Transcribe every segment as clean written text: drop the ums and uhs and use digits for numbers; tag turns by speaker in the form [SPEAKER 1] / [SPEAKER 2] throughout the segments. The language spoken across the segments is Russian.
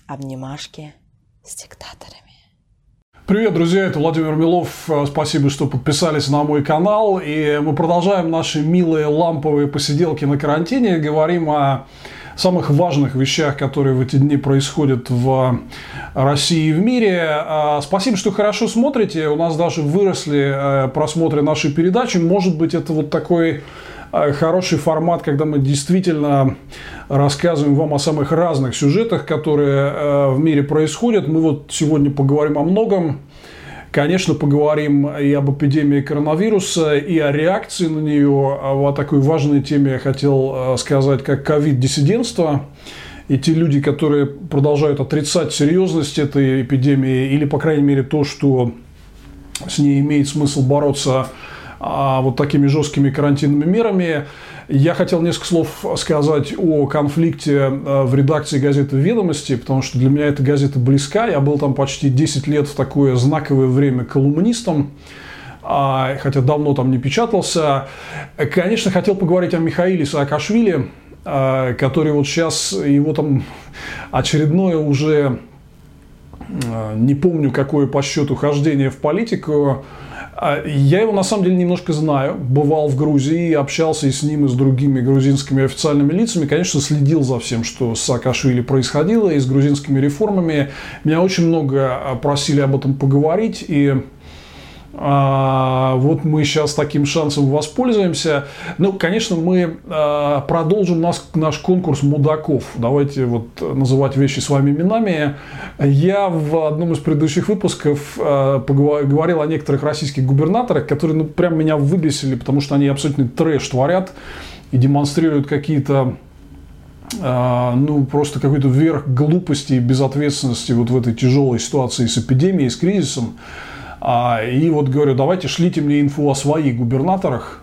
[SPEAKER 1] Обнимашки с диктаторами.
[SPEAKER 2] Привет, друзья, это Владимир Милов. Спасибо, что подписались на мой канал. И мы продолжаем наши милые ламповые посиделки на карантине. Говорим о самых важных вещах, которые в эти дни происходят в России и в мире. Спасибо, что хорошо смотрите. У нас даже выросли просмотры нашей передачи. Может быть, это вот такой хороший формат, когда мы действительно рассказываем вам о самых разных сюжетах, которые в мире происходят. Мы вот сегодня поговорим о многом. Конечно, поговорим и об эпидемии коронавируса, и о реакции на нее. О такой важной теме я хотел сказать, как ковид-диссидентство. И те люди, которые продолжают отрицать серьезность этой эпидемии, или, по крайней мере, то, что с ней имеет смысл бороться вот такими жесткими карантинными мерами. Я хотел несколько слов сказать о конфликте в редакции газеты «Ведомости», потому что для меня эта газета близка. Я был там почти 10 лет в такое знаковое время колумнистом, хотя давно там не печатался. Конечно, хотел поговорить о Михаиле Саакашвили, который вот сейчас, его там очередное уже, не помню какое по счету, хождение в политику. Я его на самом деле немножко знаю, бывал в Грузии, общался и с ним, и с другими грузинскими официальными лицами, конечно, следил за всем, что с Саакашвили происходило, и с грузинскими реформами. Меня очень много просили об этом поговорить, и вот мы сейчас таким шансом воспользуемся. Ну, конечно, мы продолжим наш конкурс мудаков. Давайте вот называть вещи своими именами. Я в одном из предыдущих выпусков говорил о некоторых российских губернаторах, которые прям меня выбесили, потому что они абсолютно трэш творят и демонстрируют какие-то просто какой-то верх глупости и безответственности вот в этой тяжелой ситуации с эпидемией, с кризисом. И вот говорю, давайте шлите мне инфу о своих губернаторах.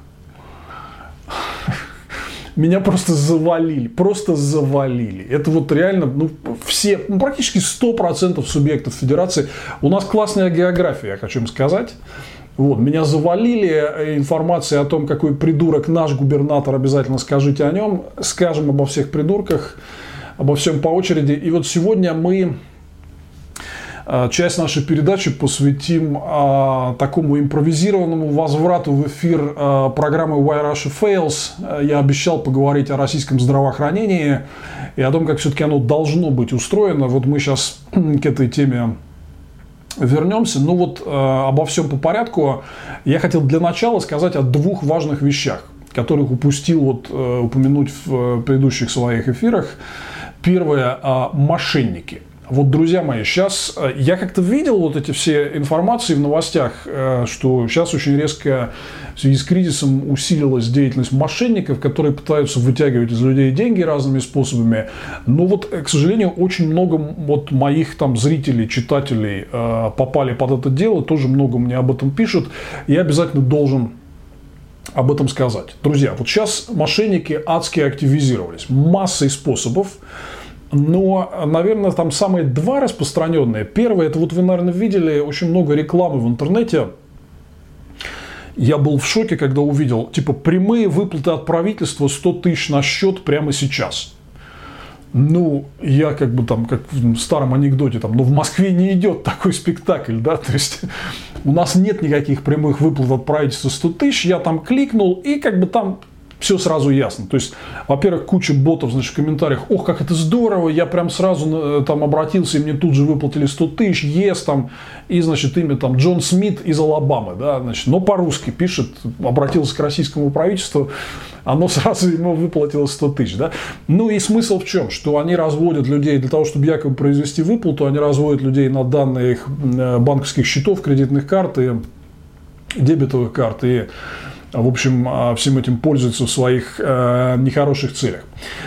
[SPEAKER 2] Меня просто завалили. Это вот реально, все, практически 100% субъектов федерации. У нас классная география, я хочу им сказать. Вот, меня завалили информацией о том, какой придурок наш губернатор, обязательно скажите о нем. Скажем обо всех придурках, обо всем по очереди. И вот сегодня мы часть нашей передачи посвятим такому импровизированному возврату в эфир программы Why Russia Fails. Я обещал поговорить о российском здравоохранении и о том, как все-таки оно должно быть устроено. Вот мы сейчас к этой теме вернемся. Ну вот обо всем по порядку. Я хотел для начала сказать о двух важных вещах, которых упустил упомянуть в предыдущих своих эфирах. Первое – мошенники. Вот, друзья мои, сейчас я как-то видел вот эти все информации в новостях, что сейчас очень резко в связи с кризисом усилилась деятельность мошенников, которые пытаются вытягивать из людей деньги разными способами. Но вот, к сожалению, очень много вот моих там зрителей, читателей попали под это дело, тоже много мне об этом пишут. Я обязательно должен об этом сказать. Друзья, вот сейчас мошенники адски активизировались. Массой способов. Но, наверное, там самые два распространенные. Первое, это вот вы, наверное, видели очень много рекламы в интернете. Я был в шоке, когда увидел, типа, прямые выплаты от правительства 100 тысяч на счет прямо сейчас. Я как в старом анекдоте, но в Москве не идет такой спектакль, да, то есть у нас нет никаких прямых выплат от правительства 100 тысяч, я там кликнул, и там все сразу ясно. То есть, во-первых, куча ботов, в комментариях, ох, как это здорово, я прям сразу там обратился, и мне тут же выплатили 100 тысяч, и, имя там Джон Смит из Алабамы, да, но по-русски пишет, обратился к российскому правительству, оно сразу ему выплатило 100 тысяч, да. И смысл в чем? Что они разводят людей для того, чтобы якобы произвести выплату, они разводят людей на данные их банковских счетов, кредитных карт и дебетовых карт, и в общем, всем этим пользуются в своих нехороших целях.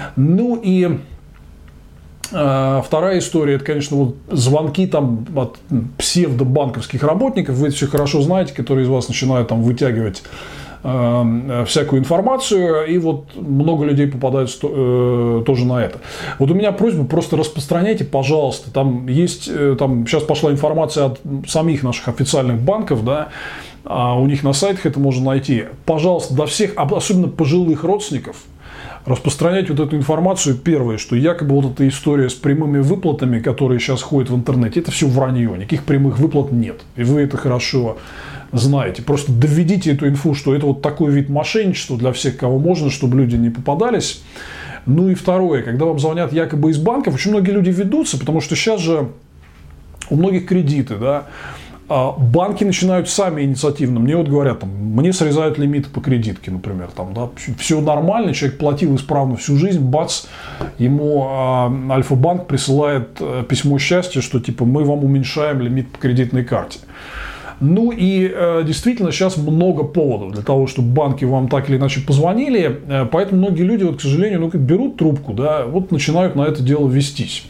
[SPEAKER 2] Вторая история, это, конечно, звонки там от псевдобанковских работников, вы это все хорошо знаете, которые из вас начинают вытягивать всякую информацию, и много людей попадают тоже на это. Вот у меня просьба, просто распространяйте, пожалуйста, сейчас пошла информация от самих наших официальных банков, да, у них на сайтах это можно найти. Пожалуйста, до всех, особенно пожилых родственников, распространять вот эту информацию. Первое, что якобы вот эта история с прямыми выплатами, которые сейчас ходят в интернете, это все вранье, никаких прямых выплат нет. И вы это хорошо знаете. Просто доведите эту инфу, что это вот такой вид мошенничества для всех, кого можно, чтобы люди не попадались. Ну и второе, когда вам звонят якобы из банков, очень многие люди ведутся, потому что сейчас же у многих кредиты, да, банки начинают сами инициативно. Мне вот говорят, там, мне срезают лимиты по кредитке, например. Там, да, все нормально, человек платил исправно всю жизнь, бац, ему Альфа-банк присылает письмо счастья, что типа мы вам уменьшаем лимит по кредитной карте. Ну и действительно сейчас много поводов для того, чтобы банки вам так или иначе позвонили. Поэтому многие люди, вот, к сожалению, берут трубку, да, вот начинают на это дело вестись.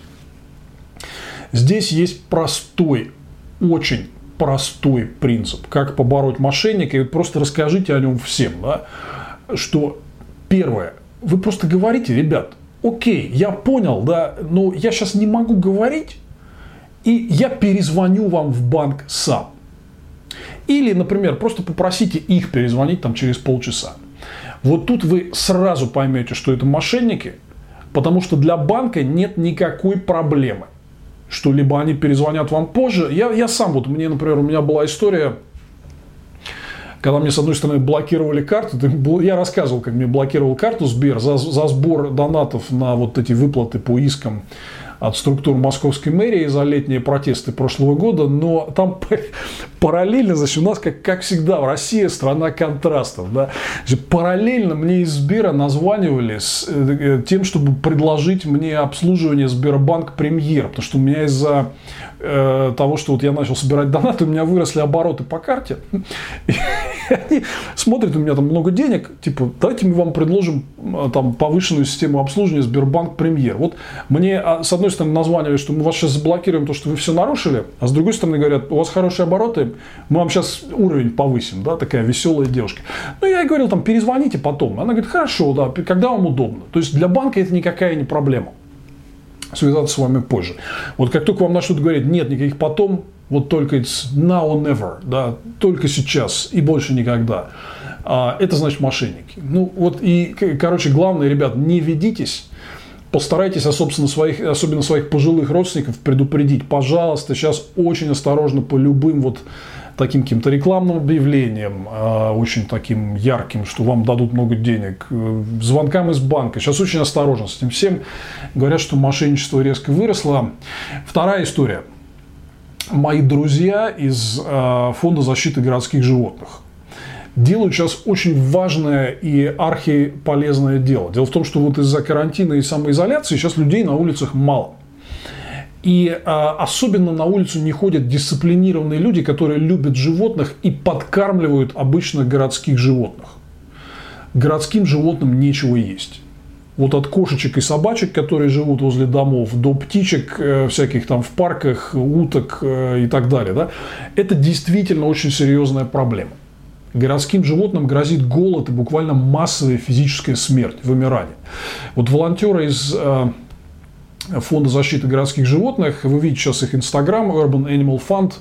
[SPEAKER 2] Здесь есть простой, очень простой принцип, как побороть мошенника. И вот просто расскажите о нем всем, да, что первое, вы просто говорите: ребят, окей, я понял, да, но я сейчас не могу говорить, и я перезвоню вам в банк сам. Или, например, просто попросите их перезвонить там через полчаса. Вот тут вы сразу поймете, что это мошенники, потому что для банка нет никакой проблемы, что либо они перезвонят вам позже. Я сам, вот мне, например, у меня была история, когда мне, с одной стороны, блокировали карту. Я рассказывал, как мне блокировал карту Сбер за сбор донатов на вот эти выплаты по искам от структур московской мэрии за летние протесты прошлого года. Но там параллельно, значит, у нас, как всегда, в России страна контрастов. Да? Параллельно мне из Сбера названивали с тем, чтобы предложить мне обслуживание Сбербанк Премьер. Потому что у меня из-за того, что вот я начал собирать донаты, у меня выросли обороты по карте. И они смотрят, у меня там много денег, типа, давайте мы вам предложим там повышенную систему обслуживания Сбербанк Премьер. Вот мне, с одной стороны, названивали, что мы вас сейчас заблокируем, то, что вы все нарушили, а с другой стороны говорят: у вас хорошие обороты, мы вам сейчас уровень повысим, да, такая веселая девушка. Ну, я ей говорил, там, перезвоните потом. Она говорит: хорошо, да, когда вам удобно. То есть для банка это никакая не проблема. Связаться с вами позже. Вот как только вам начнут говорить: нет никаких потом, вот только it's now or never, да, только сейчас и больше никогда, это значит мошенники. Ну вот и, короче, главное, ребят, не ведитесь, постарайтесь, особенно своих пожилых родственников предупредить. Пожалуйста, сейчас очень осторожно по любым вот таким каким-то рекламным объявлениям, очень таким ярким, что вам дадут много денег, звонкам из банка. Сейчас очень осторожно с этим всем. Говорят, что мошенничество резко выросло. Вторая история. Мои друзья из Фонда защиты городских животных делают сейчас очень важное и архиполезное дело. Дело в том, что вот из-за карантина и самоизоляции сейчас людей на улицах мало. И особенно на улицу не ходят дисциплинированные люди, которые любят животных и подкармливают обычных городских животных. Городским животным нечего есть. Вот от кошечек и собачек, которые живут возле домов, до птичек всяких там в парках, уток и так далее. Да? Это действительно очень серьезная проблема. Городским животным грозит голод и буквально массовая физическая смерть, вымирание. Вот волонтеры из Фонда защиты городских животных, вы видите сейчас их Instagram, Urban Animal Fund,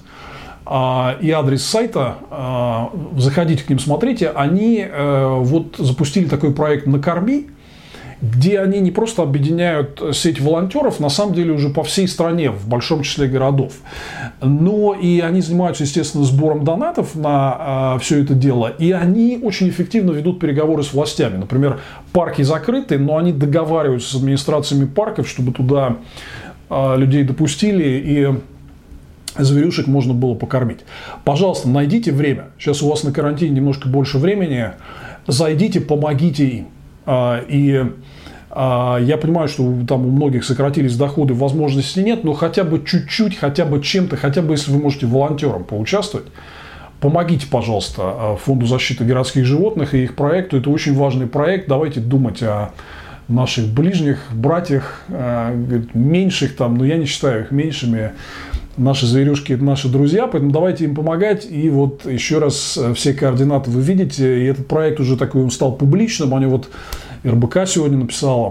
[SPEAKER 2] и адрес сайта, заходите к ним, смотрите, они вот запустили такой проект «Накорми», где они не просто объединяют сеть волонтеров, на самом деле уже по всей стране, в большом числе городов, но и они занимаются, естественно, сбором донатов на все это дело, и они очень эффективно ведут переговоры с властями. Например, парки закрыты, но они договариваются с администрациями парков, чтобы туда людей допустили и зверюшек можно было покормить. Пожалуйста, найдите время. Сейчас у вас на карантине немножко больше времени. Зайдите, помогите им. И я понимаю, что там у многих сократились доходы, возможностей нет, но хотя бы чуть-чуть, хотя бы чем-то, хотя бы если вы можете волонтером поучаствовать, помогите, пожалуйста, Фонду защиты городских животных и их проекту. Это очень важный проект. Давайте думать о наших ближних, братьях, меньших там, но я не считаю их меньшими. Наши зверюшки – это наши друзья, поэтому давайте им помогать. И вот еще раз, все координаты вы видите. И этот проект уже такой, он стал публичным. Они вот РБК сегодня написала.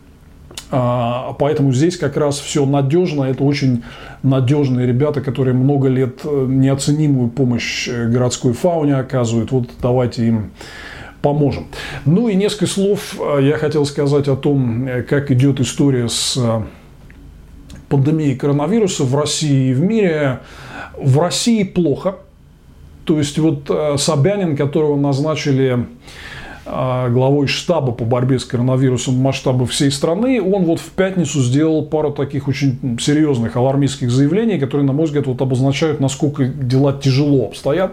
[SPEAKER 2] Поэтому здесь как раз все надежно. Это очень надежные ребята, которые много лет неоценимую помощь городской фауне оказывают. Вот давайте им поможем. Ну и несколько слов я хотел сказать о том, как идет история с пандемией коронавируса в России и в мире. В России плохо. То есть вот Собянин, которого назначили главой штаба по борьбе с коронавирусом в масштабах всей страны, он вот в пятницу сделал пару таких очень серьезных алармистских заявлений, которые, на мой взгляд, вот обозначают, насколько дела тяжело обстоят.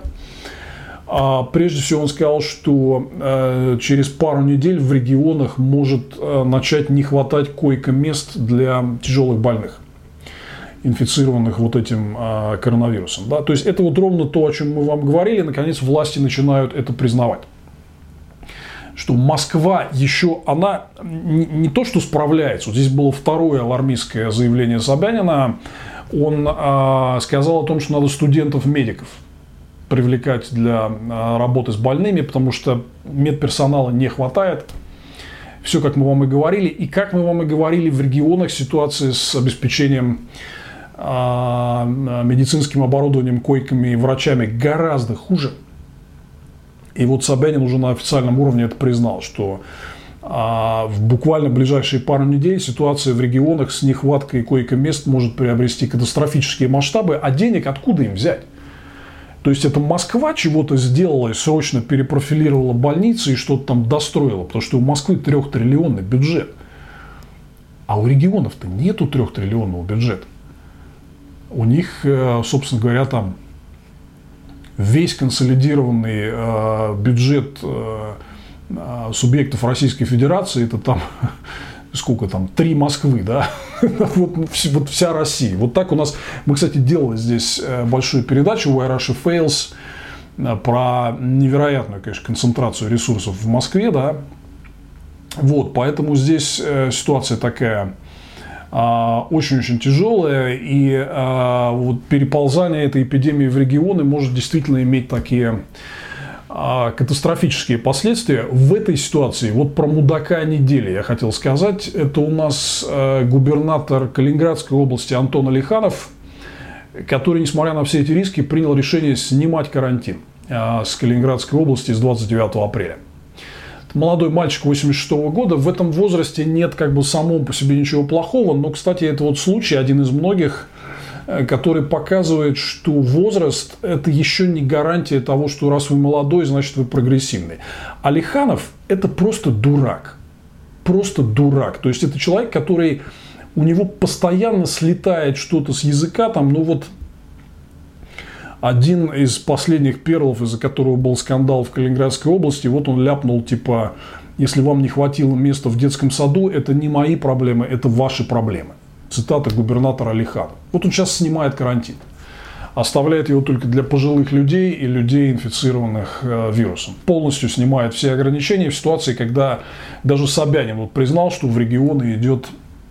[SPEAKER 2] Прежде всего он сказал, что через пару недель в регионах может начать не хватать койко-мест для тяжелых больных, инфицированных вот этим коронавирусом. Да? То есть это вот ровно то, о чем мы вам говорили, наконец власти начинают это признавать. Что Москва еще, она не то что справляется, вот здесь было второе алармистское заявление Собянина, он сказал о том, что надо студентов-медиков привлекать для работы с больными, потому что медперсонала не хватает. Все, как мы вам и говорили. И как мы вам и говорили, в регионах ситуация с обеспечением медицинским оборудованием, койками и врачами гораздо хуже. И вот Собянин уже на официальном уровне это признал, что в буквально ближайшие пару недель ситуация в регионах с нехваткой койко-мест может приобрести катастрофические масштабы, а денег откуда им взять? То есть это Москва чего-то сделала и срочно перепрофилировала больницы и что-то там достроила, потому что у Москвы 3-триллионный бюджет, а у регионов-то нету 3-триллионного бюджета. У них, собственно говоря, там весь консолидированный бюджет субъектов Российской Федерации, это там, сколько там, 3 Москвы, да, вот вся Россия. Вот так у нас, мы, кстати, делали здесь большую передачу Why Russia Fails про невероятную, конечно, концентрацию ресурсов в Москве, да, вот, поэтому здесь ситуация такая очень-очень тяжелая, и вот переползание этой эпидемии в регионы может действительно иметь такие катастрофические последствия. В этой ситуации, вот про мудака недели я хотел сказать, это у нас губернатор Калининградской области Антон Алиханов, который, несмотря на все эти риски, принял решение снимать карантин с Калининградской области с 29 апреля. Молодой мальчик 86-го года, в этом возрасте нет как бы самому по себе ничего плохого, но, кстати, это вот случай, один из многих, который показывает, что возраст – это еще не гарантия того, что раз вы молодой, значит вы прогрессивный. Алиханов – это просто дурак. Просто дурак. То есть это человек, который, у него постоянно слетает что-то с языка, там, ну вот, один из последних перлов, из-за которого был скандал в Калининградской области, вот он ляпнул, типа, если вам не хватило места в детском саду, это не мои проблемы, это ваши проблемы. Цитата губернатора Алиханова. Вот он сейчас снимает карантин. Оставляет его только для пожилых людей и людей, инфицированных вирусом. Полностью снимает все ограничения в ситуации, когда даже Собянин вот признал, что в регионы идет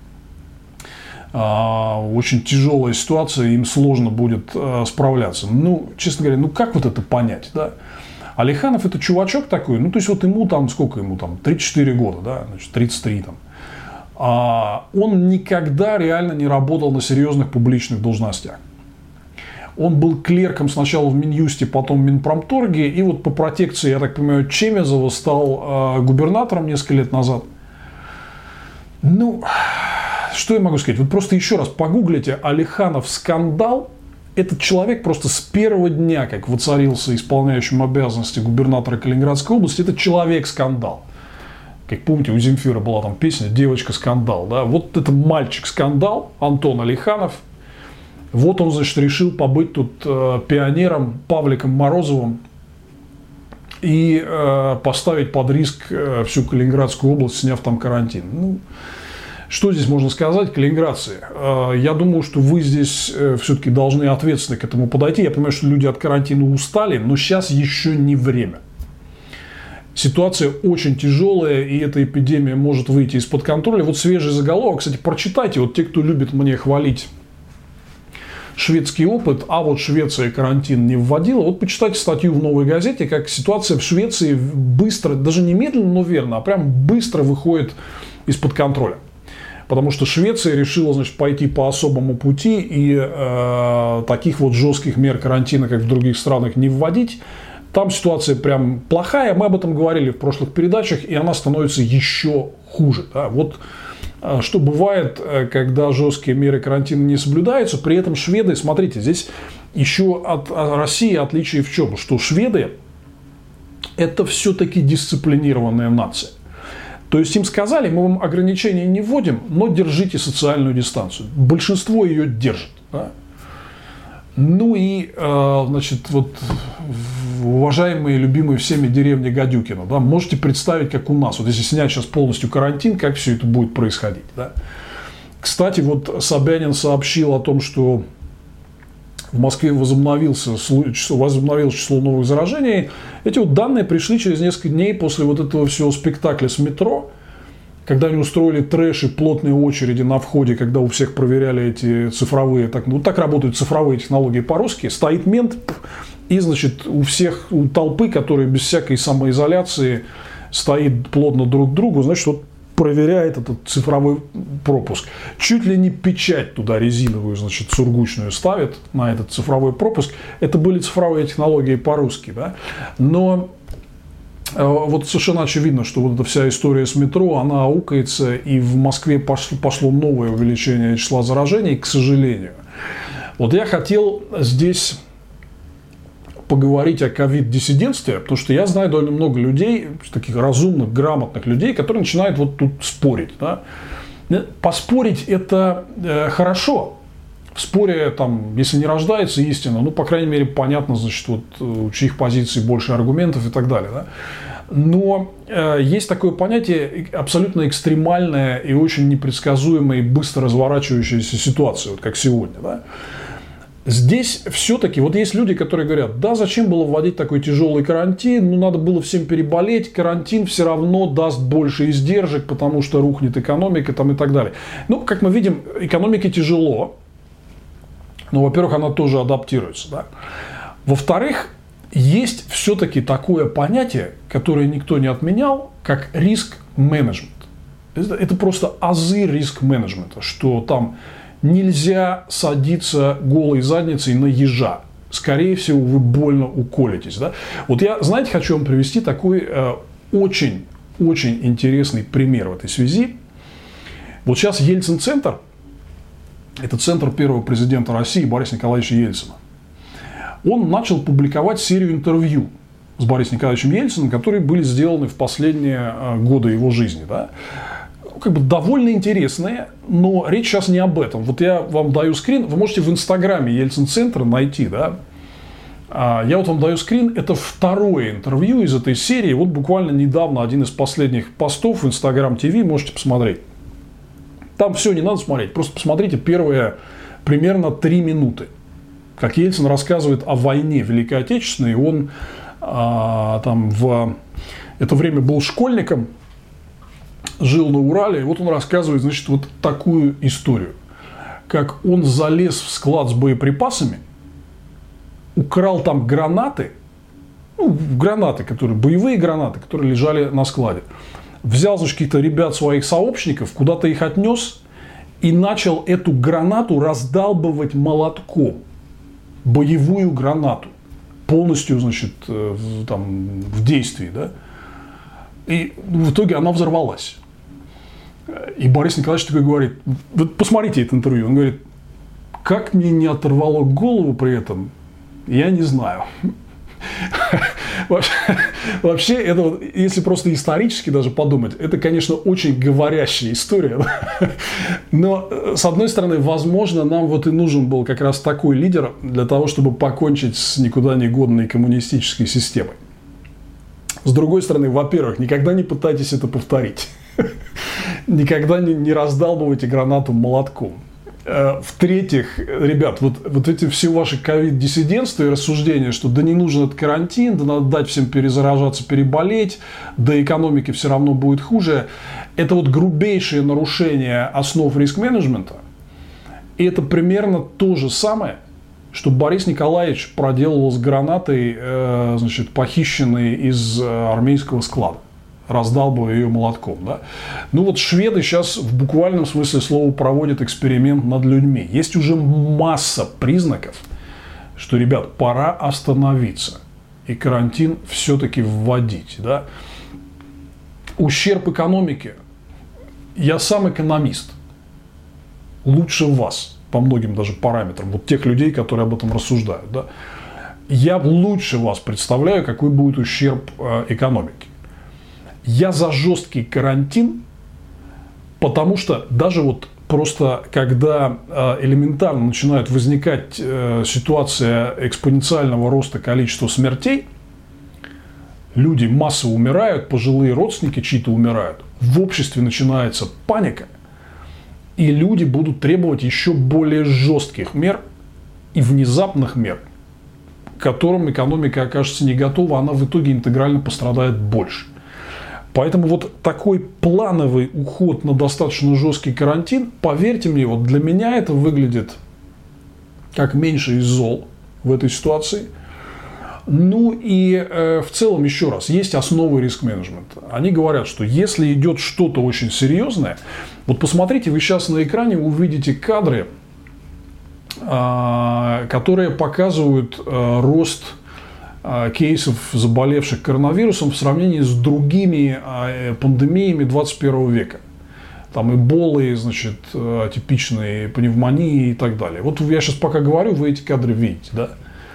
[SPEAKER 2] очень тяжелая ситуация, им сложно будет справляться. Ну, честно говоря, ну как вот это понять, да? Алиханов это чувачок такой, ну то есть вот ему там, сколько ему там, 34 года, да, значит 33 там. Он никогда реально не работал на серьезных публичных должностях. Он был клерком сначала в Минюсте, потом в Минпромторге, и вот по протекции, я так понимаю, Чемезова стал губернатором несколько лет назад. Ну, что я могу сказать? Вот просто еще раз погуглите Алиханов скандал. Этот человек просто с первого дня, как воцарился исполняющим обязанности губернатора Калининградской области, это человек-скандал. Как помните, у Земфира была там песня «Девочка-скандал». Да? Вот это мальчик-скандал, Антон Алиханов. Вот он, значит, решил побыть тут пионером Павликом Морозовым и поставить под риск всю Калининградскую область, сняв там карантин. Ну, что здесь можно сказать, калининградцы? Я думаю, что вы здесь все-таки должны ответственно к этому подойти. Я понимаю, что люди от карантина устали, но сейчас еще не время. Ситуация очень тяжелая, и эта эпидемия может выйти из-под контроля. Вот свежий заголовок, кстати, прочитайте. Вот те, кто любит мне хвалить шведский опыт, а вот Швеция карантин не вводила. Вот почитайте статью в «Новой газете», как ситуация в Швеции быстро, даже не медленно, но верно, а прям быстро выходит из-под контроля. Потому что Швеция решила, значит, пойти по особому пути и таких вот жестких мер карантина, как в других странах, не вводить. Там ситуация прям плохая, мы об этом говорили в прошлых передачах, и она становится еще хуже. Да? Вот что бывает, когда жесткие меры карантина не соблюдаются, при этом шведы, смотрите, здесь еще от России отличие в чем? Что шведы – это все-таки дисциплинированная нация. То есть им сказали, мы вам ограничения не вводим, но держите социальную дистанцию. Большинство ее держит. Да? Ну и, значит, вот уважаемые, любимые всеми деревни Гадюкино, да, можете представить, как у нас, вот если снять сейчас полностью карантин, как все это будет происходить. Да? Кстати, вот Собянин сообщил о том, что в Москве возобновилось число новых заражений. Эти вот данные пришли через несколько дней после вот этого всего спектакля с метро, когда они устроили трэш и плотные очереди на входе, когда у всех проверяли эти цифровые, так работают цифровые технологии по-русски, стоит мент, и, значит, у толпы, которые без всякой самоизоляции стоит плотно друг к другу, значит, вот проверяет этот цифровой пропуск. Чуть ли не печать туда резиновую, значит, сургучную ставит на этот цифровой пропуск. Это были цифровые технологии по-русски, да? Но вот совершенно очевидно, что вот эта вся история с метро, она аукается, и в Москве пошло новое увеличение числа заражений, к сожалению. Вот я хотел здесь поговорить о ковид-диссидентстве, потому что я знаю довольно много людей, таких разумных, грамотных людей, которые начинают вот тут спорить. Да? Поспорить – это хорошо. В споре, там, если не рождается истина, ну, по крайней мере, понятно, значит, вот, у чьих позиций больше аргументов и так далее. Да? Но есть такое понятие абсолютно экстремальная и очень непредсказуемая и быстро разворачивающаяся ситуация, вот как сегодня. Да? Здесь все-таки, вот есть люди, которые говорят, да, зачем было вводить такой тяжелый карантин, ну, надо было всем переболеть, карантин все равно даст больше издержек, потому что рухнет экономика там, и так далее. Ну, как мы видим, экономике тяжело, но, во-первых, она тоже адаптируется. Да? Во-вторых, есть все-таки такое понятие, которое никто не отменял, как риск-менеджмент. Это просто азы риск-менеджмента, что там нельзя садиться голой задницей на ежа. Скорее всего, вы больно уколитесь. Да? Вот я, знаете, хочу вам привести такой очень интересный пример в этой связи. Вот сейчас Ельцин-центр, это центр первого президента России Бориса Николаевича Ельцина, он начал публиковать серию интервью с Борисом Николаевичем Ельциным, которые были сделаны в последние годы его жизни. Да? Как бы довольно интересные, но речь сейчас не об этом. Вот я вам даю скрин, вы можете в инстаграме Ельцин-центра найти, да? Я вот вам даю скрин, это второе интервью из этой серии, вот буквально недавно один из последних постов в Instagram TV, можете посмотреть. Там все не надо смотреть, просто посмотрите первые примерно 3 минуты, как Ельцин рассказывает о войне Великой Отечественной, он там в это время был школьником, жил на Урале, и вот он рассказывает, значит, вот такую историю. Как он залез в склад с боеприпасами, украл там гранаты, ну, гранаты, боевые гранаты, которые лежали на складе. Взял, значит, каких-то ребят, своих сообщников, куда-то их отнес и начал эту гранату раздалбывать молотком. Боевую гранату. Полностью, значит, в действии, да. И в итоге она взорвалась. И Борис Николаевич такой говорит, вот посмотрите это интервью, он говорит, как мне не оторвало голову при этом, я не знаю. Вообще, это вот, если просто исторически даже подумать, это, конечно, очень говорящая история. Но, с одной стороны, возможно, нам вот и нужен был как раз такой лидер для того, чтобы покончить с никуда не годной коммунистической системой. С другой стороны, во-первых, никогда не пытайтесь это повторить. Никогда не раздалбывайте гранату молотком. В-третьих, ребят, вот эти все ваши ковид-диссидентства и рассуждения, что да не нужен этот карантин, да надо дать всем перезаражаться, переболеть, да экономике все равно будет хуже, это вот грубейшее нарушение основ риск-менеджмента. И это примерно то же самое, что Борис Николаевич проделывал с гранатой, значит, похищенной из армейского склада, раздалбывая ее молотком. Да? Ну вот шведы сейчас в буквальном смысле слова проводят эксперимент над людьми. Есть уже масса признаков, что, ребят, пора остановиться. и карантин все-таки вводить. Да? Ущерб экономике. Я сам экономист. Лучше вас по многим даже параметрам. Вот тех людей, которые об этом рассуждают. Да? Я лучше вас представляю, какой будет ущерб экономике. Я за жесткий карантин, потому что даже вот просто когда элементарно начинает возникать ситуация экспоненциального роста количества смертей, люди массово умирают, пожилые родственники чьи-то умирают, в обществе начинается паника, и люди будут требовать еще более жестких мер и внезапных мер, к которым экономика окажется не готова, она в итоге интегрально пострадает больше. Поэтому вот такой плановый уход на достаточно жесткий карантин, поверьте мне, вот для меня это выглядит как меньше из зол в этой ситуации. Ну и в целом, еще раз, есть основы риск-менеджмента. Они говорят, что если идет что-то очень серьезное, вот посмотрите, вы сейчас на экране увидите кадры, которые показывают рост кейсов, заболевших коронавирусом в сравнении с другими пандемиями 21 века. Там эболы, значит, атипичные пневмонии и так далее. Вот я сейчас пока говорю, вы эти кадры видите, да?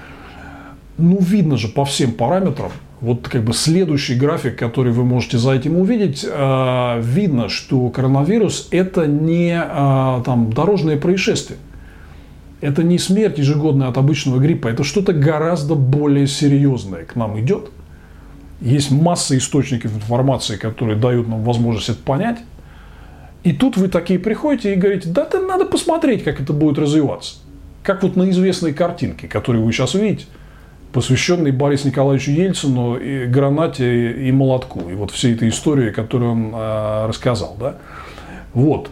[SPEAKER 2] Ну, видно же по всем параметрам, вот как бы следующий график, который вы можете за этим увидеть, видно, что коронавирус – это не там дорожное происшествие. Это не смерть ежегодная от обычного гриппа, это что-то гораздо более серьезное к нам идет. Есть масса источников информации, которые дают нам возможность это понять. И тут вы такие приходите и говорите, да, это надо посмотреть, как это будет развиваться. Как вот на известной картинке, которую вы сейчас видите, посвященной Борису Николаевичу Ельцину, и гранате, и молотку. И вот всей этой истории, которую он рассказал. Да? Вот.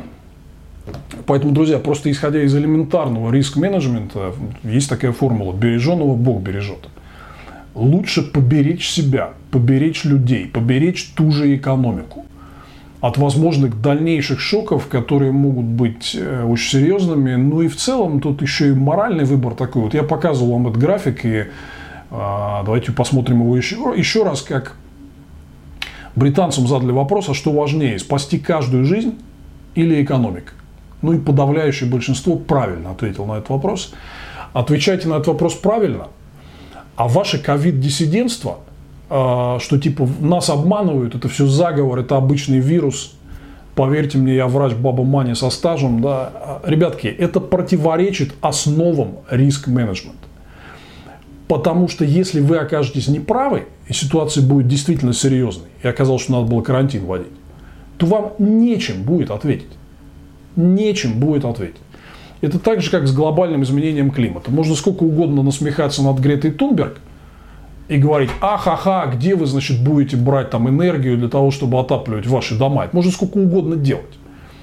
[SPEAKER 2] Поэтому, друзья, просто исходя из элементарного риск-менеджмента, есть такая формула: береженого Бог бережет. Лучше поберечь себя, поберечь людей, поберечь ту же экономику от возможных дальнейших шоков, которые могут быть очень серьезными. Ну и в целом тут еще и моральный выбор такой. Вот я показывал вам этот график, и давайте посмотрим его еще раз, как британцам задали вопрос, а что важнее, спасти каждую жизнь или экономику? Ну и подавляющее большинство правильно ответил на этот вопрос. Отвечайте на этот вопрос правильно, а ваше ковид-диссидентство, что типа нас обманывают, это все заговор, это обычный вирус, поверьте мне, я врач баба Маня со стажем, да, ребятки, это противоречит основам риск-менеджмента. Потому что если вы окажетесь неправы, и ситуация будет действительно серьезной, и оказалось, что надо было карантин вводить, то вам нечем будет ответить. Нечем будет ответить. Это так же, как с глобальным изменением климата. Можно сколько угодно насмехаться над Гретой Тунберг и говорить, ха-ха, где вы, значит, будете брать там энергию для того, чтобы отапливать ваши дома. Это можно сколько угодно делать.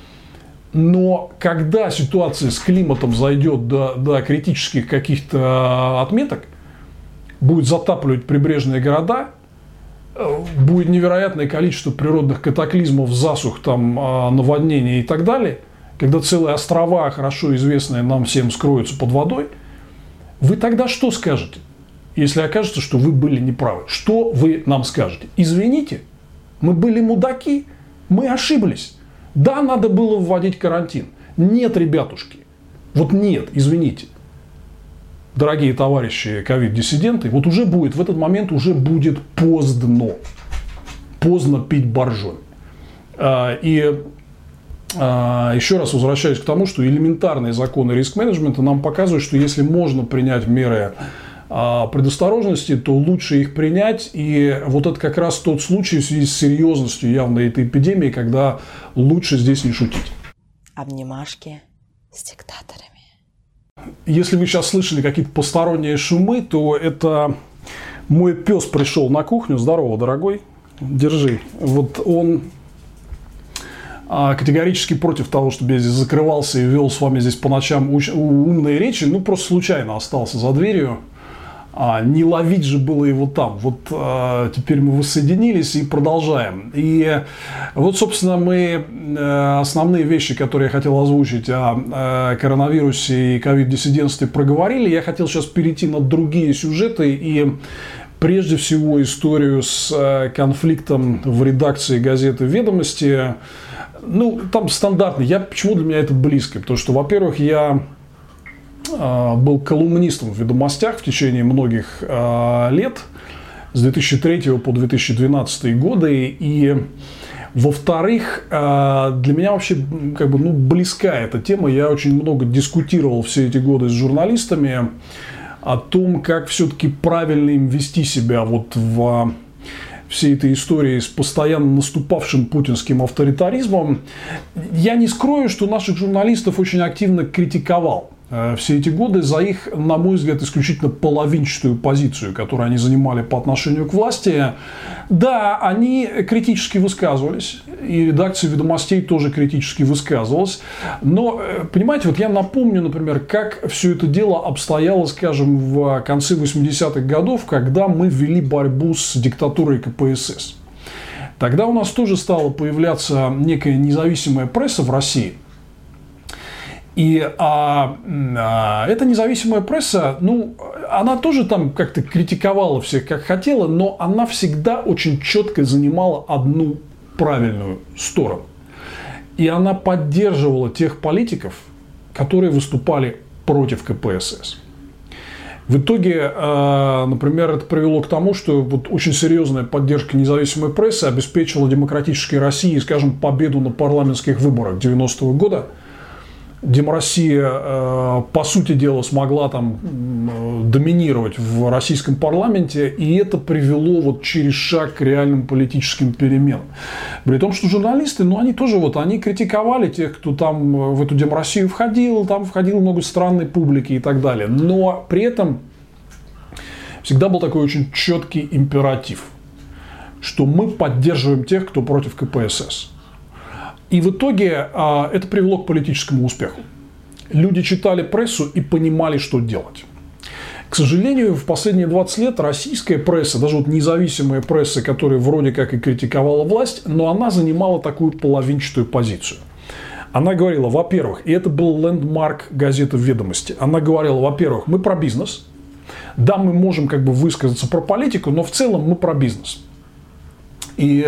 [SPEAKER 2] Но когда ситуация с климатом зайдет до критических каких-то отметок, будет затапливать прибрежные города, будет невероятное количество природных катаклизмов, засух, там, наводнений и так далее, когда целые острова, хорошо известные нам всем, скроются под водой, вы тогда что скажете, если окажется, что вы были неправы? Что вы нам скажете? Извините, мы были мудаки, мы ошиблись. Да, надо было вводить карантин. Нет, ребятушки, вот нет, извините. Дорогие товарищи ковид-диссиденты, вот уже будет, в этот момент уже будет поздно. Поздно пить боржоми. И еще раз возвращаюсь к тому, что элементарные законы риск-менеджмента нам показывают, что если можно принять меры предосторожности, то лучше их принять. И вот это как раз тот случай в связи с серьезностью явно этой эпидемии, когда лучше здесь не шутить.
[SPEAKER 1] Обнимашки с диктаторами.
[SPEAKER 2] Если вы сейчас слышали какие-то посторонние шумы, то это мой пес пришел на кухню. Здорово, дорогой. Держи. Вот он категорически против того, чтобы я здесь закрывался и вел с вами здесь по ночам умные речи. Ну, просто случайно остался за дверью. Не ловить же было его там. Вот теперь мы воссоединились и продолжаем. И вот, собственно, мы основные вещи, которые я хотел озвучить о коронавирусе и ковид-диссидентстве, проговорили. Я хотел сейчас перейти на другие сюжеты и прежде всего историю с конфликтом в редакции газеты «Ведомости». Ну, там стандартный. Почему для меня это близко? Потому что, во-первых, я был колумнистом в «Ведомостях» в течение многих лет, с 2003 по 2012 годы. И, во-вторых, для меня вообще близка эта тема. Я очень много дискутировал все эти годы с журналистами о том, как все-таки правильно им вести себя вот в всей этой истории с постоянно наступавшим путинским авторитаризмом. Я не скрою, что наших журналистов очень активно критиковал все эти годы за их, на мой взгляд, исключительно половинчатую позицию, которую они занимали по отношению к власти. Да, они критически высказывались, и редакция «Ведомостей» тоже критически высказывалась. Но, понимаете, вот я напомню, например, как все это дело обстояло, скажем, в конце 80-х годов, когда мы вели борьбу с диктатурой КПСС. Тогда у нас тоже стала появляться некая независимая пресса в России. И эта независимая пресса, она тоже там как-то критиковала всех, как хотела, но она всегда очень четко занимала одну правильную сторону. И она поддерживала тех политиков, которые выступали против КПСС. В итоге, например, это привело к тому, что вот очень серьезная поддержка независимой прессы обеспечила демократической России, скажем, победу на парламентских выборах 90-го года. Демроссия, по сути дела, смогла там доминировать в российском парламенте, и это привело вот через шаг к реальным политическим переменам. При том, что журналисты, они тоже они критиковали тех, кто там в эту Демроссию входил, там входило много странной публики и так далее. Но при этом всегда был такой очень четкий императив, что мы поддерживаем тех, кто против КПСС. И в итоге это привело к политическому успеху. Люди читали прессу и понимали, что делать. К сожалению, в последние 20 лет российская пресса, даже вот независимая пресса, которая вроде как и критиковала власть, но она занимала такую половинчатую позицию. Она говорила, во-первых, и это был лендмарк газеты «Ведомости», она говорила, во-первых, мы про бизнес. Да, мы можем высказаться про политику, но в целом мы про бизнес. И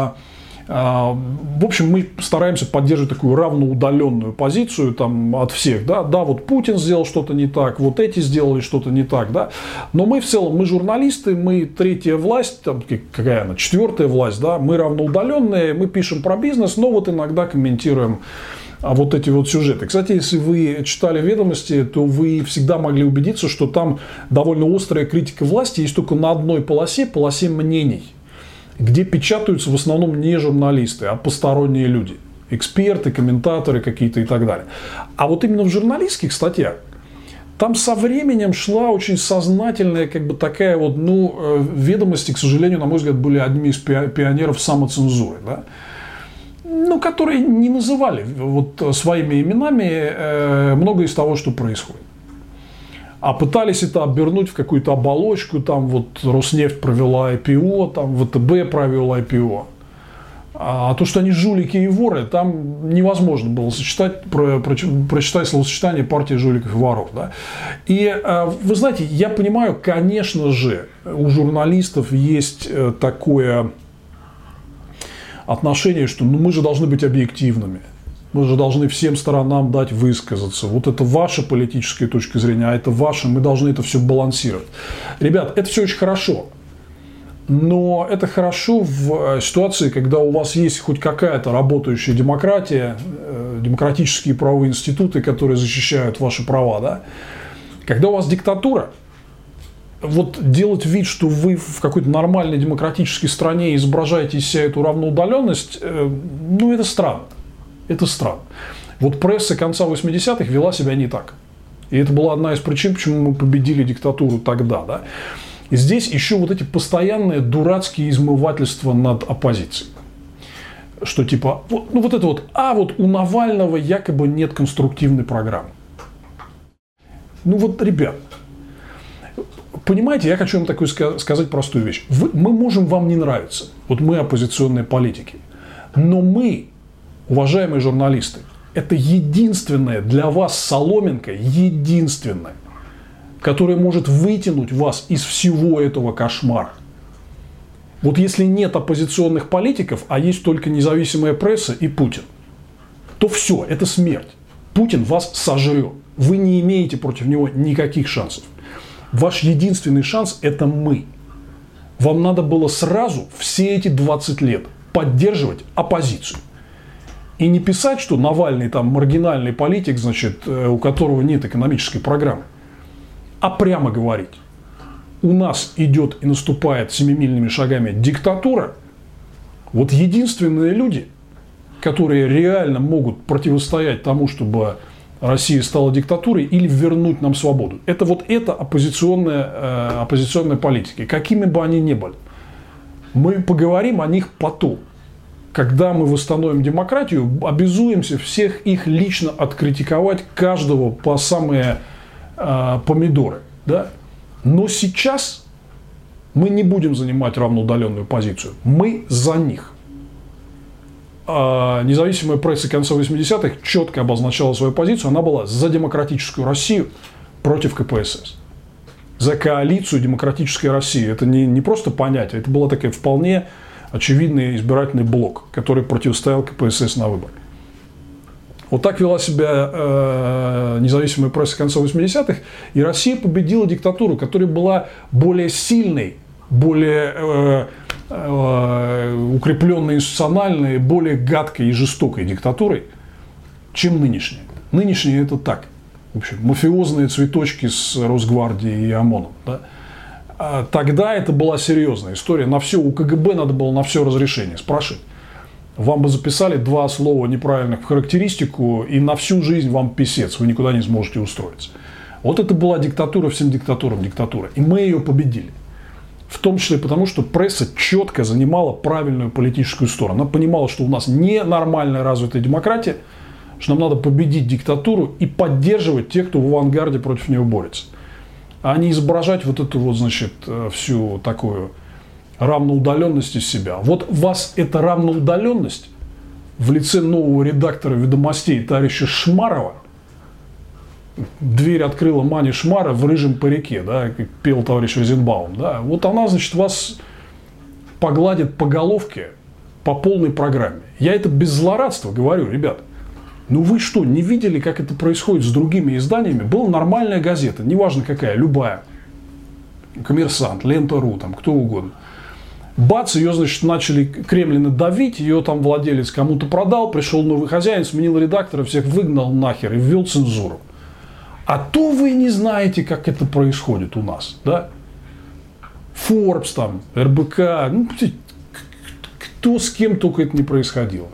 [SPEAKER 2] в общем, мы стараемся поддерживать такую равноудаленную позицию от всех. Да, вот Путин сделал что-то не так, вот эти сделали что-то не так. Да? Но мы в целом, мы журналисты, мы третья власть, какая она, четвертая власть, да? Мы равноудаленные, мы пишем про бизнес, но вот иногда комментируем вот эти вот сюжеты. Кстати, если вы читали «Ведомости», то вы всегда могли убедиться, что там довольно острая критика власти есть только на одной полосе мнений, где печатаются в основном не журналисты, а посторонние люди. Эксперты, комментаторы какие-то и так далее. А вот именно в журналистских статьях там со временем шла очень сознательная такая «Ведомости», к сожалению, на мой взгляд, были одними из пионеров самоцензуры. Да? Которые не называли своими именами многое из того, что происходит. А пытались это обернуть в какую-то оболочку, Роснефть провела IPO, ВТБ провел IPO. А то, что они жулики и воры, там невозможно было прочитать словосочетание «партия жуликов и воров». Да? И вы знаете, я понимаю, конечно же, у журналистов есть такое отношение, что мы же должны быть объективными. Мы же должны всем сторонам дать высказаться. Вот это ваша политическая точка зрения, а это ваша. Мы должны это все балансировать. Ребят, это все очень хорошо. Но это хорошо в ситуации, когда у вас есть хоть какая-то работающая демократия, демократические правовые институты, которые защищают ваши права. Да? Когда у вас диктатура, делать вид, что вы в какой-то нормальной демократической стране изображаете из себя эту равноудаленность, это странно. Это странно. Пресса конца 80-х вела себя не так. И это была одна из причин, почему мы победили диктатуру тогда. Да? И здесь еще эти постоянные дурацкие измывательства над оппозицией. Что у Навального якобы нет конструктивной программы. Ребят, Понимаете, я хочу вам такую сказать простую вещь. Мы можем вам не нравиться. Вот мы оппозиционные политики. Но мы, уважаемые журналисты, это единственная для вас соломинка, единственная, которая может вытянуть вас из всего этого кошмара. Вот если нет оппозиционных политиков, а есть только независимая пресса и Путин, то все, это смерть. Путин вас сожрет. Вы не имеете против него никаких шансов. Ваш единственный шанс – это мы. Вам надо было сразу все эти 20 лет поддерживать оппозицию. И не писать, что Навальный там маргинальный политик, значит, у которого нет экономической программы. А прямо говорить. У нас идет и наступает семимильными шагами диктатура. Вот единственные люди, которые реально могут противостоять тому, чтобы Россия стала диктатурой или вернуть нам свободу. Это вот эта оппозиционная политика, какими бы они ни были. Мы поговорим о них потом. Когда мы восстановим демократию, обязуемся всех их лично откритиковать, каждого по самые помидоры. Да? Но сейчас мы не будем занимать равноудаленную позицию. Мы за них. Независимая пресса конца 80-х четко обозначала свою позицию. Она была за демократическую Россию против КПСС. За коалицию демократической России. Это не просто понятие. Это был такой вполне очевидный избирательный блок, который противостоял КПСС на выборах. Вот так вела себя независимая пресса конца 80-х. И Россия победила диктатуру, которая была более сильной, более укрепленной институциональной, более гадкой и жестокой диктатурой, чем нынешняя. Нынешняя это так. В общем, мафиозные цветочки с Росгвардией и ОМОНом. Да? А тогда это была серьезная история. На все, у КГБ надо было на все разрешение спрашивать. Вам бы записали 2 слова неправильных в характеристику, и на всю жизнь вам писец, вы никуда не сможете устроиться. Вот это была диктатура всем диктатурам диктатура. И мы ее победили. В том числе потому, что пресса четко занимала правильную политическую сторону. Она понимала, что у нас ненормальная развитая демократия, что нам надо победить диктатуру и поддерживать тех, кто в авангарде против нее борется. А не изображать вот эту вот, значит, всю такую равноудаленность из себя. Вот вас эта равноудаленность в лице нового редактора «Ведомостей» товарища Шмарова, дверь открыла Маня Шмара в рыжем парике, да, как пел товарищ Розенбаум. Да. Вот она, значит, вас погладит по головке по полной программе. Я это без злорадства говорю, ребят. Ну вы что, не видели, как это происходит с другими изданиями? Была нормальная газета, неважно какая, любая. «Коммерсант», «Лента.ру», там, кто угодно. Бац, ее, значит, начали кремлины давить, ее там владелец кому-то продал, пришел новый хозяин, сменил редактора, всех выгнал нахер и ввел цензуру. А то вы не знаете, как это происходит у нас, да? Forbes, там, РБК, ну, кто с кем только это не происходило.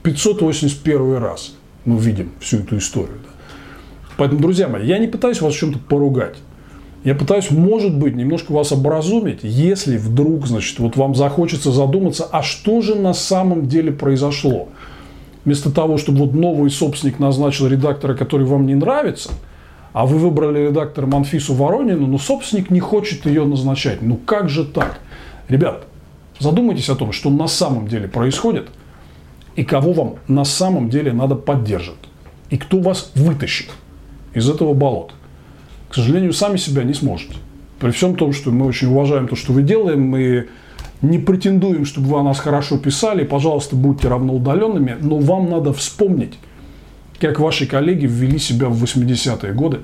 [SPEAKER 2] 581 раз мы видим всю эту историю. Да? Поэтому, друзья мои, я не пытаюсь вас в чем-то поругать. Я пытаюсь, может быть, немножко вас образумить, если вдруг, значит, вот вам захочется задуматься, а что же на самом деле произошло? Вместо того, чтобы вот новый собственник назначил редактора, который вам не нравится, а вы выбрали редактором Анфису Воронину, но собственник не хочет ее назначать. Ну как же так? Ребят, задумайтесь о том, что на самом деле происходит, и кого вам на самом деле надо поддерживать, и кто вас вытащит из этого болота. К сожалению, сами себя не сможете. При всем том, что мы очень уважаем то, что вы делаем, мы не претендуем, чтобы вы о нас хорошо писали, пожалуйста, будьте равноудаленными, но вам надо вспомнить, как ваши коллеги ввели себя в 80-е годы.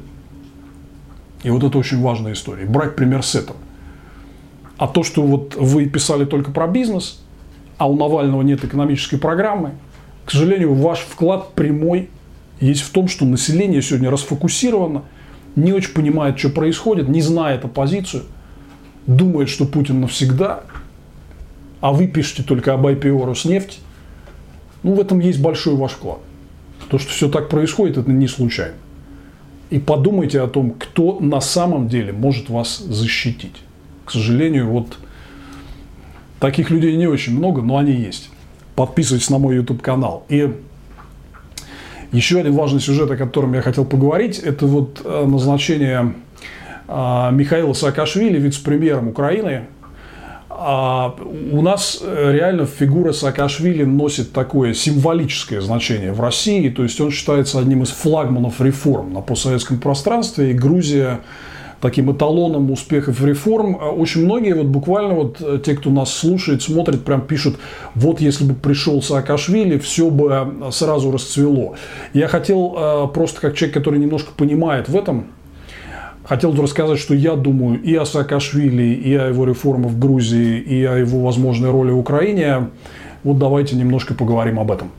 [SPEAKER 2] И вот это очень важная история. Брать пример с этого. А то, что вот вы писали только про бизнес, а у Навального нет экономической программы, к сожалению, ваш вклад прямой есть в том, что население сегодня расфокусировано, не очень понимает, что происходит, не знает оппозицию, думает, что Путин навсегда, а вы пишете только об IPO Роснефти. Ну, в этом есть большой ваш вклад. То, что все так происходит, это не случайно. И подумайте о том, кто на самом деле может вас защитить. К сожалению, вот таких людей не очень много, но они есть. Подписывайтесь на мой YouTube-канал. И еще один важный сюжет, о котором я хотел поговорить, это вот назначение Михаила Саакашвили вице-премьером Украины, у нас реально фигура Саакашвили носит такое символическое значение в России, то есть он считается одним из флагманов реформ на постсоветском пространстве, и Грузия таким эталоном успехов реформ. Очень многие, вот буквально вот те, кто нас слушает, смотрит, прям пишут, вот если бы пришел Саакашвили, все бы сразу расцвело. Я хотел просто как человек, который немножко понимает в этом, хотел рассказать, что я думаю и о Саакашвили, и о его реформах в Грузии, и о его возможной роли в Украине. Вот давайте немножко поговорим об этом.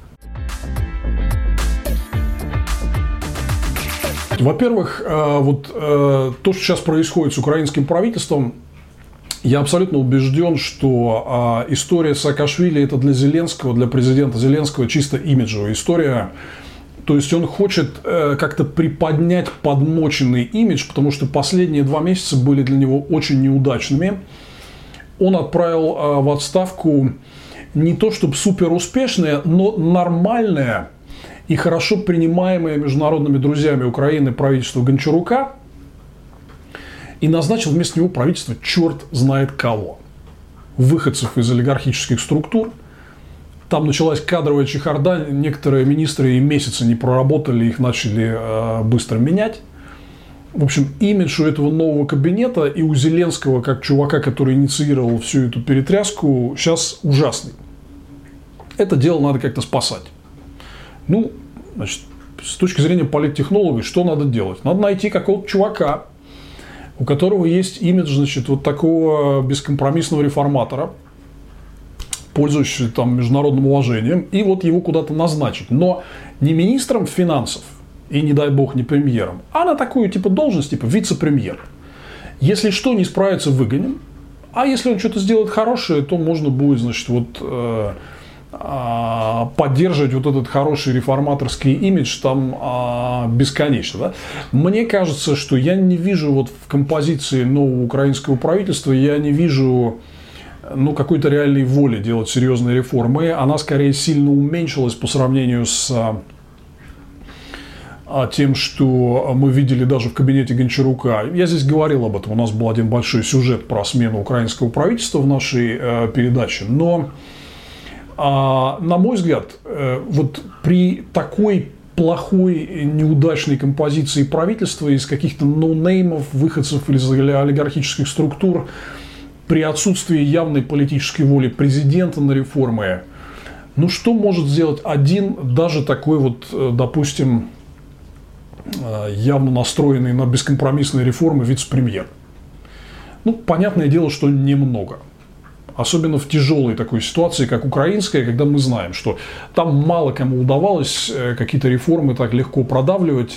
[SPEAKER 2] Во-первых, вот то, что сейчас происходит с украинским правительством, я абсолютно убежден, что история Саакашвили – это для Зеленского, для президента Зеленского чисто имиджевая история. То есть он хочет как-то приподнять подмоченный имидж, потому что последние 2 месяца были для него очень неудачными. Он отправил в отставку не то чтобы супер успешное, но нормальное и хорошо принимаемое международными друзьями Украины правительство Гончарука и назначил вместо него правительство черт знает кого. Выходцев из олигархических структур. Там началась кадровая чехарда, некоторые министры и месяцы не проработали, их начали быстро менять. В общем, имидж у этого нового кабинета и у Зеленского, как чувака, который инициировал всю эту перетряску, сейчас ужасный. Это дело надо как-то спасать. Ну, значит, с точки зрения политтехнологов, что надо делать? Надо найти какого-то чувака, у которого есть имидж, значит, вот такого бескомпромиссного реформатора, пользующегося там международным уважением, и вот его куда-то назначить. Но не министром финансов и, не дай бог, не премьером, а на такую типа должность, типа вице-премьер. Если что, не справится, выгоним. А если он что-то сделает хорошее, то можно будет, значит, вот поддерживать вот этот хороший реформаторский имидж там бесконечно. Да? Мне кажется, что я не вижу вот в композиции нового украинского правительства, я не вижу какой-то реальной воли делать серьезные реформы. Она скорее сильно уменьшилась по сравнению с тем, что мы видели даже в кабинете Гончарука. Я здесь говорил об этом, у нас был один большой сюжет про смену украинского правительства в нашей передаче. Но на мой взгляд, вот при такой плохой, неудачной композиции правительства из каких-то ноунеймов, выходцев из олигархических структур, при отсутствии явной политической воли президента на реформы, ну что может сделать один, даже такой вот, допустим, явно настроенный на бескомпромиссные реформы вице-премьер? Ну, понятное дело, что немного. Особенно в тяжелой такой ситуации, как украинская, когда мы знаем, что там мало кому удавалось какие-то реформы так легко продавливать.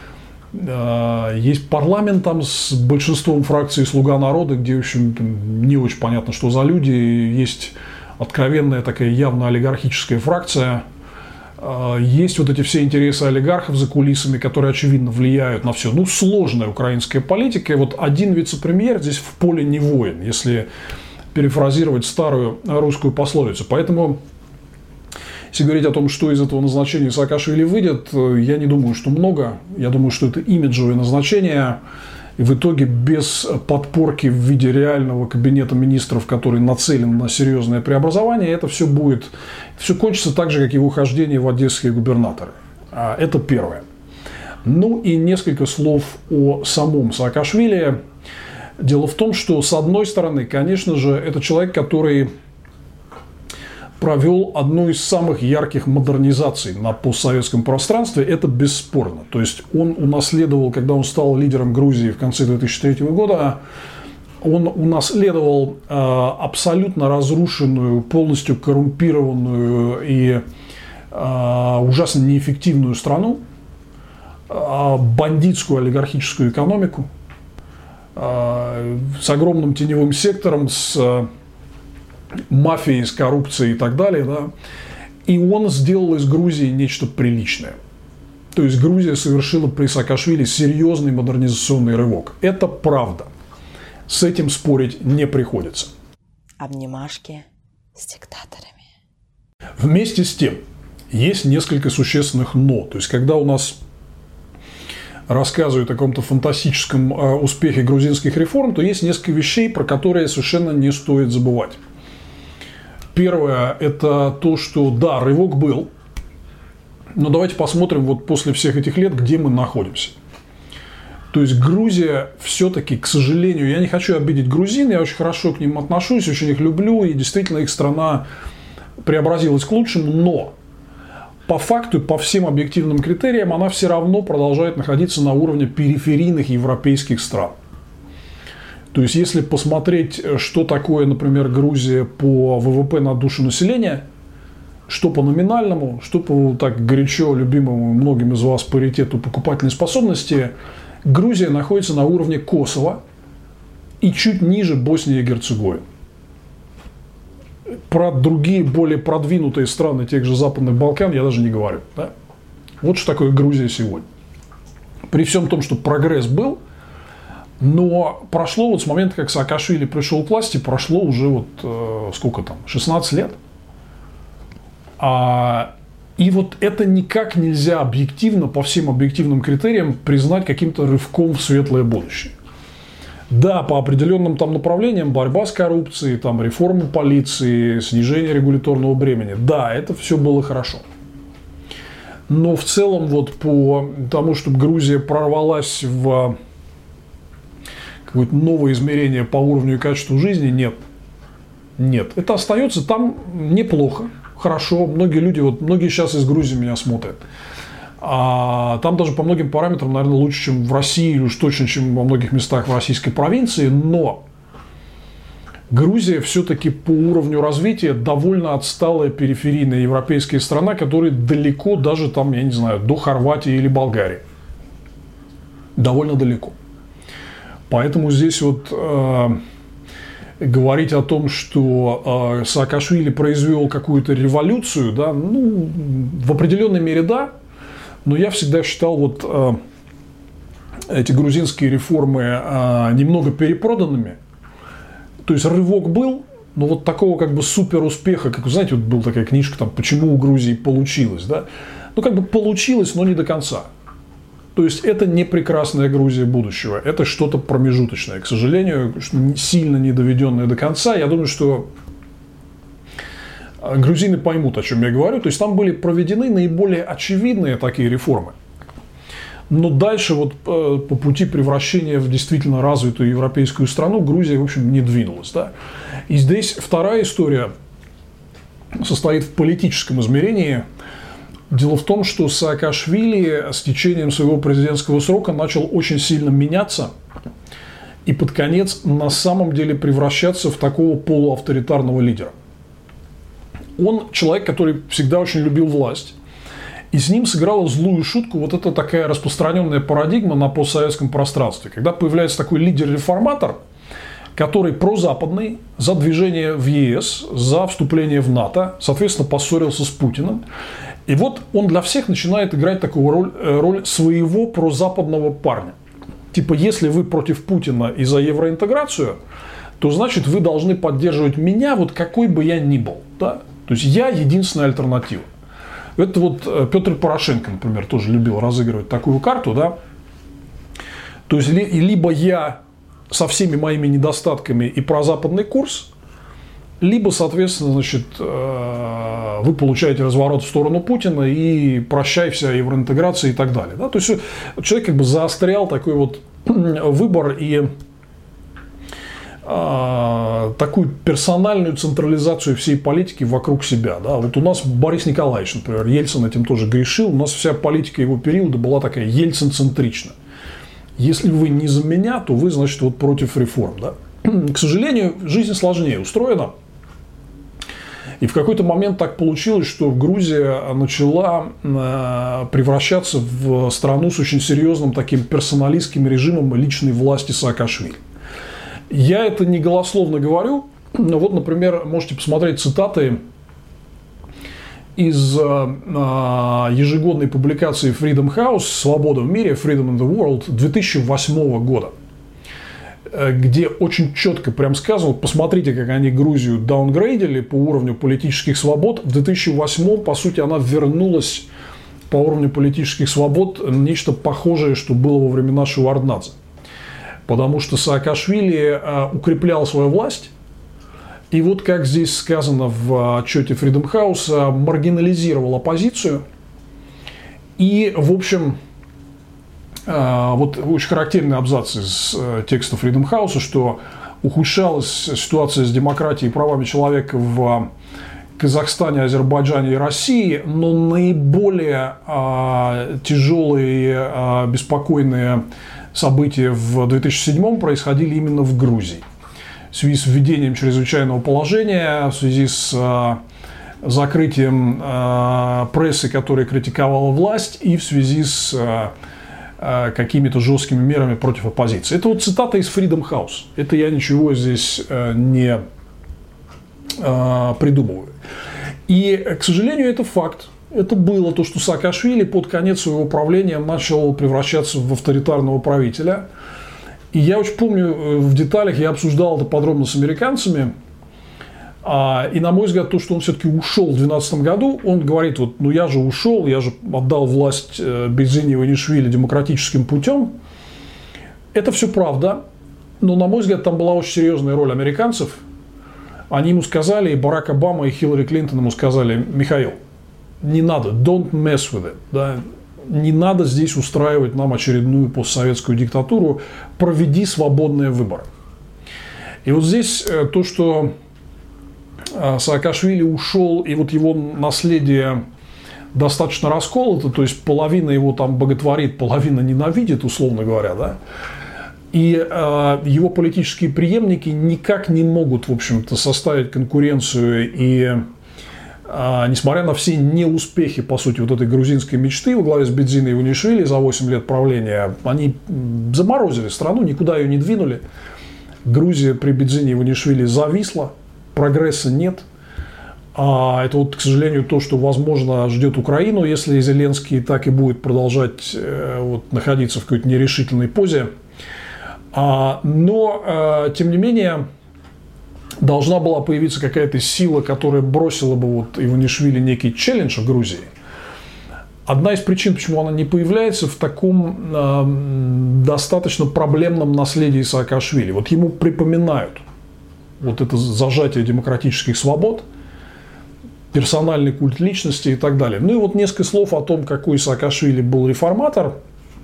[SPEAKER 2] Есть парламент там с большинством фракций «Слуга народа», где, в общем, не очень понятно, что за люди. Есть откровенная такая явно олигархическая фракция. Есть вот эти все интересы олигархов за кулисами, которые, очевидно, влияют на все. Ну, сложная украинская политика. И вот один вице-премьер здесь в поле не воин, если перефразировать старую русскую пословицу. Поэтому, если говорить о том, что из этого назначения Саакашвили выйдет, я не думаю, что много. Я думаю, что это имиджевое назначение. И в итоге без подпорки в виде реального кабинета министров, который нацелен на серьезное преобразование, это все будет, все кончится так же, как его хождение в одесские губернаторы. Это первое. Ну и несколько слов о самом Саакашвили. Дело в том, что, с одной стороны, конечно же, это человек, который провел одну из самых ярких модернизаций на постсоветском пространстве, это бесспорно. То есть он унаследовал, когда он стал лидером Грузии в конце 2003 года, он унаследовал абсолютно разрушенную, полностью коррумпированную и ужасно неэффективную страну, бандитскую олигархическую экономику, с огромным теневым сектором, с мафией, с коррупцией и так далее. Да? И он сделал из Грузии нечто приличное. То есть Грузия совершила при Саакашвили серьезный модернизационный рывок. Это правда. С этим спорить не приходится.
[SPEAKER 1] Обнимашки с диктаторами.
[SPEAKER 2] Вместе с тем, есть несколько существенных «но». То есть, когда у нас рассказывает о каком-то фантастическом успехе грузинских реформ, то есть несколько вещей, про которые совершенно не стоит забывать. Первое – это то, что да, рывок был, но давайте посмотрим вот после всех этих лет, где мы находимся. То есть Грузия все-таки, к сожалению, я не хочу обидеть грузин, я очень хорошо к ним отношусь, очень их люблю, и действительно их страна преобразилась к лучшему, но по факту, по всем объективным критериям, она все равно продолжает находиться на уровне периферийных европейских стран. То есть, если посмотреть, что такое, например, Грузия по ВВП на душу населения, что по номинальному, что по так горячо любимому многим из вас паритету покупательной способности, Грузия находится на уровне Косово и чуть ниже Боснии и Герцеговины. Про другие более продвинутые страны тех же Западных Балкан я даже не говорю. Да? Вот что такое Грузия сегодня. При всем том, что прогресс был, но прошло вот с момента, как Саакашвили пришел к власти, прошло уже вот сколько там, 16 лет. И вот это никак нельзя объективно, по всем объективным критериям, признать каким-то рывком в светлое будущее. Да, по определенным там направлениям, борьба с коррупцией, там, реформа полиции, снижение регуляторного бремени. Да, это все было хорошо. Но в целом вот по тому, чтобы Грузия прорвалась в какое-то новое измерение по уровню и качеству жизни, нет. Нет. Это остается там неплохо, хорошо. Многие люди, вот многие сейчас из Грузии меня смотрят. А там даже по многим параметрам, наверное, лучше, чем в России, или уж точно, чем во многих местах в российской провинции. Но Грузия все-таки по уровню развития довольно отсталая периферийная европейская страна, которая далеко даже там, я не знаю, до Хорватии или Болгарии. Довольно далеко. Поэтому здесь вот говорить о том, что Саакашвили произвел какую-то революцию, да, ну, в определенной мере да, но я всегда считал вот эти грузинские реформы немного перепроданными. То есть рывок был, но вот такого как бы супер успеха, как вы знаете, вот была такая книжка там «Почему у Грузии получилось», да, ну как бы получилось, но не до конца. То есть это не прекрасная Грузия будущего, это что-то промежуточное, к сожалению, сильно не доведенное до конца. Я думаю, что грузины поймут, о чем я говорю. То есть там были проведены наиболее очевидные такие реформы. Но дальше вот по пути превращения в действительно развитую европейскую страну Грузия, в общем, не двинулась. Да? И здесь вторая история состоит в политическом измерении. Дело в том, что Саакашвили с течением своего президентского срока начал очень сильно меняться и под конец на самом деле превращаться в такого полуавторитарного лидера. Он человек, который всегда очень любил власть, и с ним сыграла злую шутку вот эта такая распространенная парадигма на постсоветском пространстве, когда появляется такой лидер-реформатор, который прозападный, за движение в ЕС, за вступление в НАТО, соответственно, поссорился с Путиным. И вот он для всех начинает играть такую роль своего прозападного парня. Типа, если вы против Путина и за евроинтеграцию, то значит вы должны поддерживать меня, вот какой бы я ни был. Да? То есть я единственная альтернатива. Это вот Петр Порошенко, например, тоже любил разыгрывать такую карту. Да? То есть либо я со всеми моими недостатками и прозападный курс, либо, соответственно, значит, вы получаете разворот в сторону Путина и прощай вся евроинтеграция и так далее. Да? То есть человек как бы заострял такой вот выбор и такую персональную централизацию всей политики вокруг себя. Да? Вот у нас Борис Николаевич, например, Ельцин этим тоже грешил. У нас вся политика его периода была такая ельцин-центрична. Если вы не за меня, то вы, значит, вот против реформ. Да? К сожалению, жизнь сложнее устроена. И в какой-то момент так получилось, что Грузия начала превращаться в страну с очень серьезным таким персоналистским режимом личной власти Саакашвили. Я это не голословно говорю, но вот, например, можете посмотреть цитаты из ежегодной публикации Freedom House «Свобода в мире», Freedom in the World 2008 года, где очень четко прям сказано, посмотрите, как они Грузию даунгрейдили по уровню политических свобод. В 2008, по сути, она вернулась по уровню политических свобод нечто похожее, что было во времена Шеварднадзе. Потому что Саакашвили укреплял свою власть, и вот как здесь сказано в отчете Freedom House, маргинализировал оппозицию. И, в общем, вот очень характерный абзац из текста Freedom House, что ухудшалась ситуация с демократией и правами человека в Казахстане, Азербайджане и России, но наиболее тяжелые, беспокойные события в 2007 происходили именно в Грузии. В связи с введением чрезвычайного положения, в связи с закрытием прессы, которая критиковала власть, и в связи с какими-то жесткими мерами против оппозиции. Это вот цитата из Freedom House. Это я ничего здесь не придумываю. И, к сожалению, это факт. Это было то, что Саакашвили под конец своего правления начал превращаться в авторитарного правителя. И я очень помню в деталях, я обсуждал это подробно с американцами. И, на мой взгляд, то, что он все-таки ушел в 2012 году, он говорит, вот, ну я же ушел, я же отдал власть Бедзине Иванишвили демократическим путем. Это все правда, но, на мой взгляд, там была очень серьезная роль американцев. Они ему сказали, и Барак Обама, и Хиллари Клинтон ему сказали: Михаил, не надо, don't mess with it, да, не надо здесь устраивать нам очередную постсоветскую диктатуру, проведи свободные выборы. И вот здесь то, что Саакашвили ушел, и вот его наследие достаточно расколото, то есть половина его там боготворит, половина ненавидит, условно говоря, да, и его политические преемники никак не могут, в общем-то, составить конкуренцию, и несмотря на все неуспехи, по сути, вот этой грузинской мечты во главе с Бедзиной Иванишвили за 8 лет правления, они заморозили страну, никуда ее не двинули. Грузия при Бедзине Иванишвили зависла, прогресса нет. Это вот, к сожалению, то, что, возможно, ждет Украину, если Зеленский так и будет продолжать вот, находиться в какой-то нерешительной позе. Но, тем не менее, должна была появиться какая-то сила, которая бросила бы вот Иванишвили некий челлендж в Грузии. Одна из причин, почему она не появляется, в таком достаточно проблемном наследии Саакашвили. Вот ему припоминают вот это зажатие демократических свобод, персональный культ личности и так далее. Ну и вот несколько слов о том, какой Саакашвили был реформатор.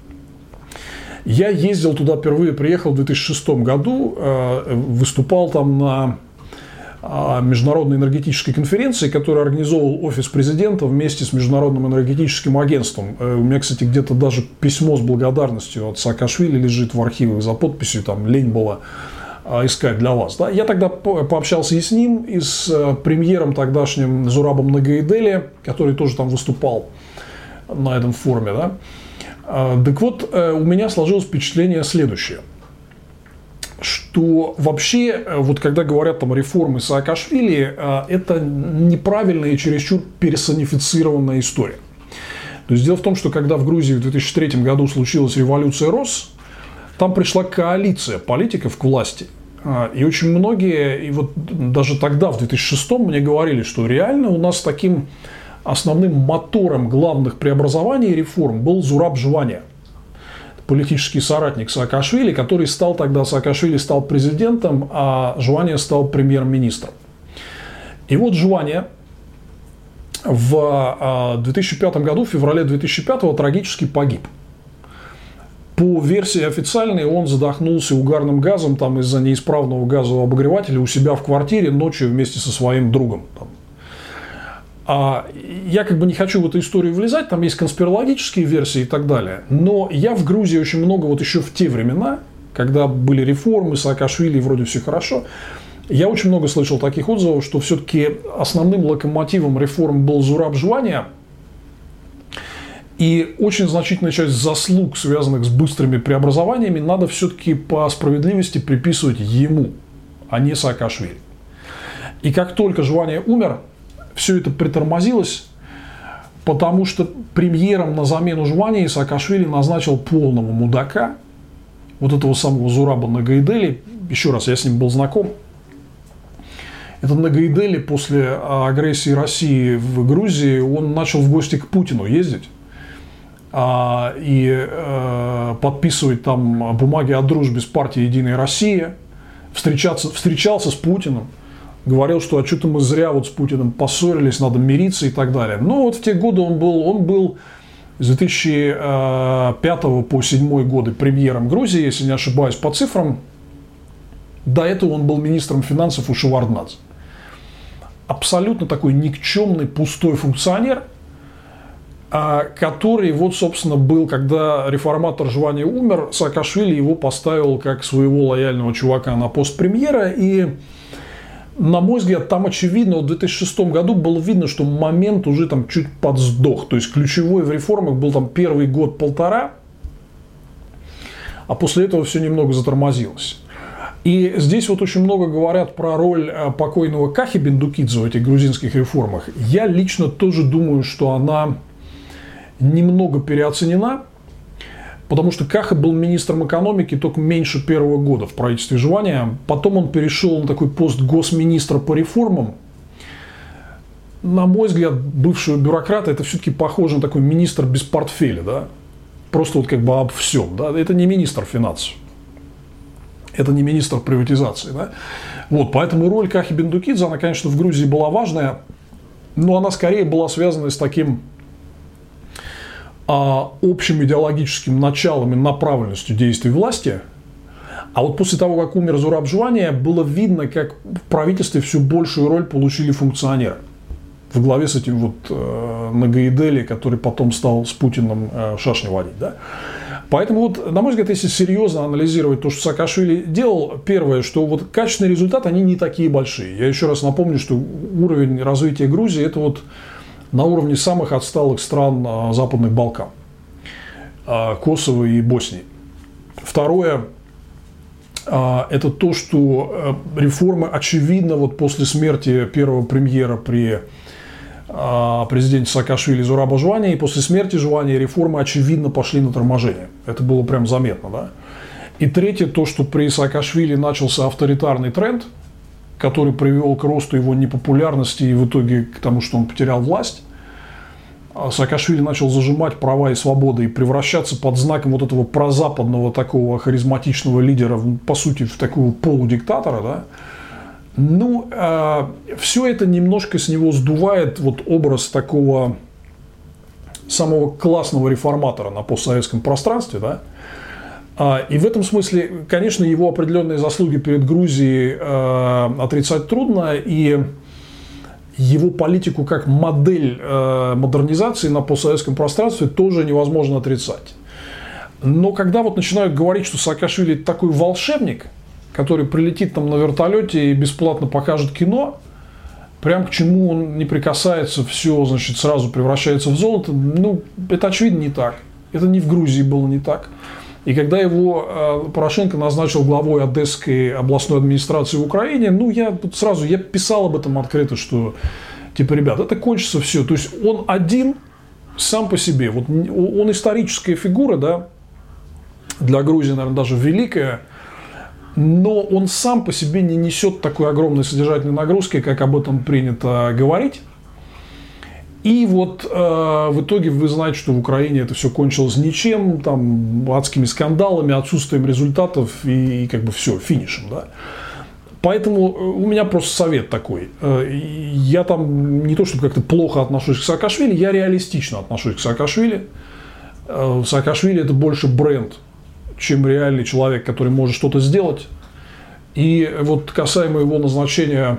[SPEAKER 2] Я ездил туда впервые, приехал в 2006 году, выступал там на международной энергетической конференции, которую организовал офис президента вместе с Международным энергетическим агентством. У меня, кстати, где-то даже письмо с благодарностью от Саакашвили лежит в архивах за подписью, там лень было искать для вас. Да? Я тогда пообщался и с ним, и с премьером тогдашним Зурабом Нагайдели, который тоже там выступал на этом форуме. Да? Так вот, у меня сложилось впечатление следующее, что вообще, вот когда говорят там реформы Саакашвили, это неправильная и чересчур персонифицированная история. То есть дело в том, что когда в Грузии в 2003 году случилась революция РОС, там пришла коалиция политиков к власти. И очень многие, и вот даже тогда, в 2006 мне говорили, что реально у нас таким основным мотором главных преобразований и реформ был Зураб Жвания, политический соратник Саакашвили, который стал тогда, Саакашвили стал президентом, а Жвания стал премьер-министром. И вот Жвания в 2005 году, в феврале 2005 трагически погиб. По версии официальной, он задохнулся угарным газом там, из-за неисправного газового обогревателя у себя в квартире ночью вместе со своим другом. Я как бы не хочу в эту историю влезать, там есть конспирологические версии и так далее, но я в Грузии очень много, вот еще в те времена, когда были реформы, Саакашвили, вроде все хорошо, я очень много слышал таких отзывов, что все-таки основным локомотивом реформ был Зураб Жвания, и очень значительная часть заслуг, связанных с быстрыми преобразованиями, надо все-таки по справедливости приписывать ему, а не Саакашвили. И как только Жвания умер, все это притормозилось, потому что премьером на замену Жвании Саакашвили назначил полного мудака, вот этого самого Зураба Нагайдели. Еще раз, я с ним был знаком. Этот Нагайдели после агрессии России в Грузии, он начал в гости к Путину ездить. и подписывать там бумаги о дружбе с партией «Единая Россия», встречался с Путиным, говорил, что что-то мы зря вот с Путиным поссорились, надо мириться и так далее. Но вот в те годы он был с 2005 по 2007 годы премьером Грузии, если не ошибаюсь по цифрам. До этого он был министром финансов у Шеварднадзе. Абсолютно такой никчемный, пустой функционер, который, вот, собственно, был, когда реформатор Жваней умер, Саакашвили его поставил как своего лояльного чувака на пост премьера. И, на мой взгляд, там очевидно, в 2006 году было видно, что момент уже там чуть подсдох. То есть ключевой в реформах был там первый год-полтора, а после этого все немного затормозилось. И здесь вот очень много говорят про роль покойного Кахи Бендукидзе в этих грузинских реформах. Я лично тоже думаю, что она немного переоценена, потому что Каха был министром экономики только меньше первого года в правительстве Жвания. Потом он перешел на такой пост госминистра по реформам. На мой взгляд, бывшего бюрократа, это все-таки похоже на такой министр без портфеля, да? Просто вот как бы об всем, да? Это не министр финансов. Это не министр приватизации. Да? Вот, поэтому роль Кахи Бендукидзе, она, конечно, в Грузии была важная, но она скорее была связана с таким общим идеологическим началом и направленностью действий власти. А вот после того, как умер Зураб Жвания, было видно, как в правительстве все большую роль получили функционеры. В главе с этим вот Нагоидели, который потом стал с Путиным шашни водить. Да? Поэтому, вот, на мой взгляд, если серьезно анализировать то, что Саакашвили делал, первое, что вот качественные результаты, они не такие большие. Я еще раз напомню, что уровень развития Грузии – это вот на уровне самых отсталых стран Западных Балкан, Косово и Боснии. Второе – это то, что реформы, очевидно, вот после смерти первого премьера при президенте Саакашвили Зураба Жвания, и после смерти Жвания реформы, очевидно, пошли на торможение. Это было прям заметно. Да? И третье, то, что при Саакашвили начался авторитарный тренд, который привел к росту его непопулярности и в итоге к тому, что он потерял власть. Саакашвили начал зажимать права и свободы и превращаться под знаком вот этого прозападного такого харизматичного лидера, по сути, в такого полудиктатора, да? Ну, все это немножко с него сдувает вот образ такого самого классного реформатора на постсоветском пространстве, да? И в этом смысле, конечно, его определенные заслуги перед Грузией отрицать трудно, и его политику как модель модернизации на постсоветском пространстве тоже невозможно отрицать. Но когда вот начинают говорить, что Саакашвили такой волшебник, который прилетит там на вертолете и бесплатно покажет кино, прям к чему он не прикасается, все, значит, сразу превращается в золото, ну, это очевидно не так. Это не в Грузии было не так. И когда его Порошенко назначил главой Одесской областной администрации в Украине, ну, я писал об этом открыто, что, типа, ребят, это кончится все. То есть он один сам по себе, вот он историческая фигура, да, для Грузии, наверное, даже великая, но он сам по себе не несет такой огромной содержательной нагрузки, как об этом принято говорить. И вот в итоге вы знаете, что в Украине это все кончилось ничем, там, адскими скандалами, отсутствием результатов и как бы все, финишем. Да? Поэтому у меня просто совет такой. Я там не то, чтобы как-то плохо отношусь к Саакашвили, я реалистично отношусь к Саакашвили. Саакашвили – это больше бренд, чем реальный человек, который может что-то сделать. И вот касаемо его назначения,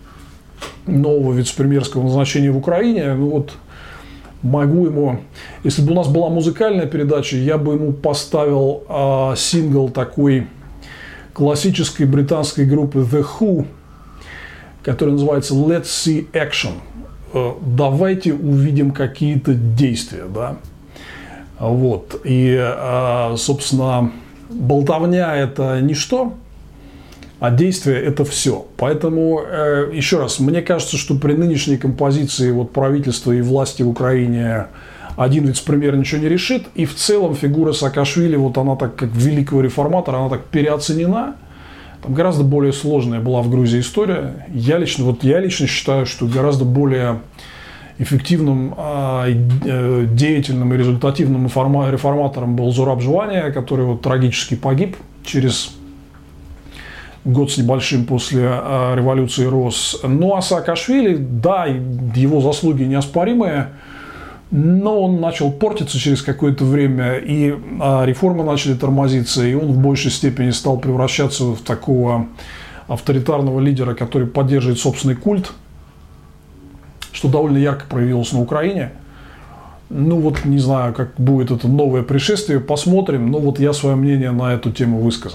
[SPEAKER 2] нового вице-премьерского назначения в Украине, ну вот могу ему, если бы у нас была музыкальная передача, я бы ему поставил сингл такой классической британской группы The Who, который называется Let's See Action. Давайте увидим какие-то действия, да. Вот. И, собственно, болтовня – это ничто, а действие – это все. Поэтому, еще раз, мне кажется, что при нынешней композиции вот правительства и власти в Украине один вице-премьер ничего не решит. И в целом фигура Саакашвили, вот она так, как великого реформатора, она так переоценена. Там гораздо более сложная была в Грузии история. Я лично считаю, что гораздо более эффективным, деятельным и результативным реформатором был Зураб Жвания, который вот трагически погиб через год с небольшим после революции РОС. Ну а Саакашвили, да, его заслуги неоспоримые, но он начал портиться через какое-то время, и реформы начали тормозиться, и он в большей степени стал превращаться в такого авторитарного лидера, который поддерживает собственный культ, что довольно ярко проявилось на Украине. Ну вот не знаю, как будет это новое пришествие, посмотрим, но вот я свое мнение на эту тему высказал.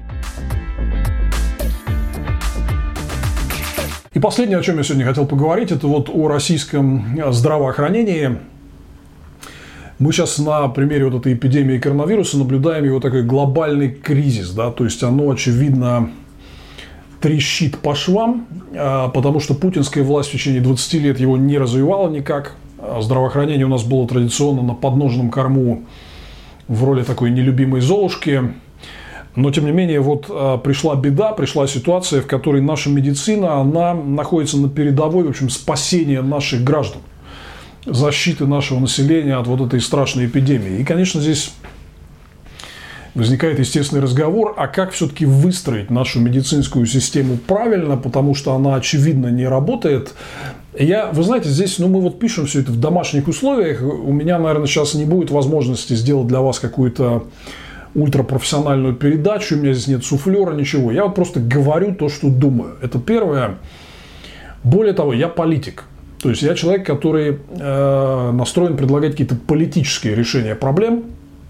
[SPEAKER 2] И последнее, о чем я сегодня хотел поговорить, это вот о российском здравоохранении. Мы сейчас на примере вот этой эпидемии коронавируса наблюдаем его такой глобальный кризис, да, то есть оно, очевидно, трещит по швам, потому что путинская власть в течение 20 лет его не развивала никак. Здравоохранение у нас было традиционно на подножном корму в роли такой нелюбимой Золушки. Но, тем не менее, вот пришла беда, пришла ситуация, в которой наша медицина, она находится на передовой, в общем, спасения наших граждан, защиты нашего населения от вот этой страшной эпидемии. И, конечно, здесь возникает естественный разговор, а как все-таки выстроить нашу медицинскую систему правильно, потому что она, очевидно, не работает. Вы знаете, здесь, мы вот пишем все это в домашних условиях, у меня, наверное, сейчас не будет возможности сделать для вас какую-то ультрапрофессиональную передачу, у меня здесь нет суфлера, ничего. Я вот просто говорю то, что думаю. Это первое. Более того, я политик. То есть я человек, который настроен предлагать какие-то политические решения проблем.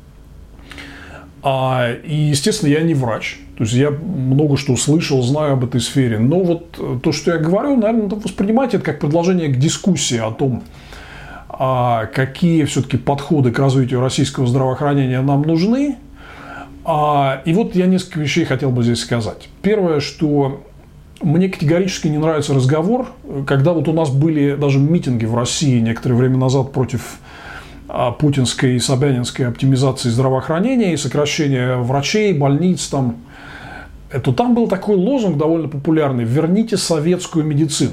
[SPEAKER 2] И, естественно, я не врач. То есть я много что слышал, знаю об этой сфере. Но вот то, что я говорю, наверное, воспринимайте это как предложение к дискуссии о том, какие все-таки подходы к развитию российского здравоохранения нам нужны. И вот я несколько вещей хотел бы здесь сказать. Первое, что мне категорически не нравится разговор, когда вот у нас были даже митинги в России некоторое время назад против путинской и собянинской оптимизации здравоохранения и сокращения врачей, больниц. Там был такой лозунг довольно популярный: «Верните советскую медицину».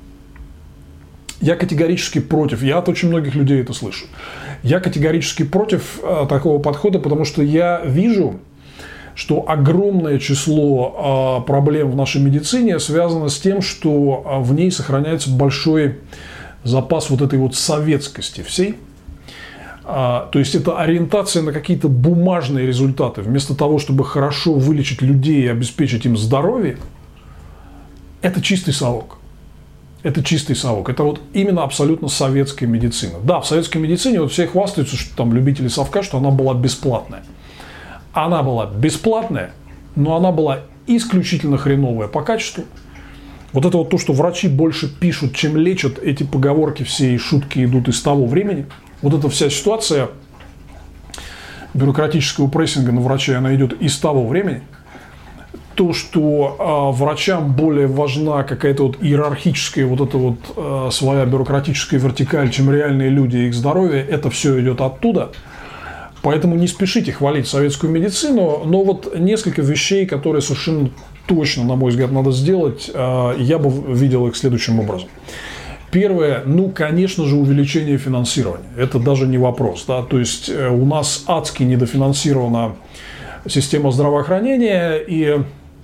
[SPEAKER 2] Я категорически против, я от очень многих людей это слышу. Я категорически против такого подхода, потому что я вижу, что огромное число проблем в нашей медицине связано с тем, что в ней сохраняется большой запас вот этой вот советскости всей. То есть это ориентация на какие-то бумажные результаты. Вместо того, чтобы хорошо вылечить людей и обеспечить им здоровье, это чистый совок. Это чистый совок. Это вот именно абсолютно советская медицина. Да, в советской медицине вот все хвастаются, что там любители совка, что она была бесплатная. Она была бесплатная, но она была исключительно хреновая по качеству. Вот это вот то, что врачи больше пишут, чем лечат, эти поговорки все и шутки идут из того времени. Вот эта вся ситуация бюрократического прессинга на врачей, она идет из того времени. То, что врачам более важна какая-то вот иерархическая вот эта вот своя бюрократическая вертикаль, чем реальные люди и их здоровье, это все идет оттуда. Поэтому не спешите хвалить советскую медицину, но вот несколько вещей, которые совершенно точно, на мой взгляд, надо сделать, я бы видел их следующим образом. Первое, конечно же, увеличение финансирования. Это даже не вопрос. Да? То есть у нас адски недофинансирована система здравоохранения, и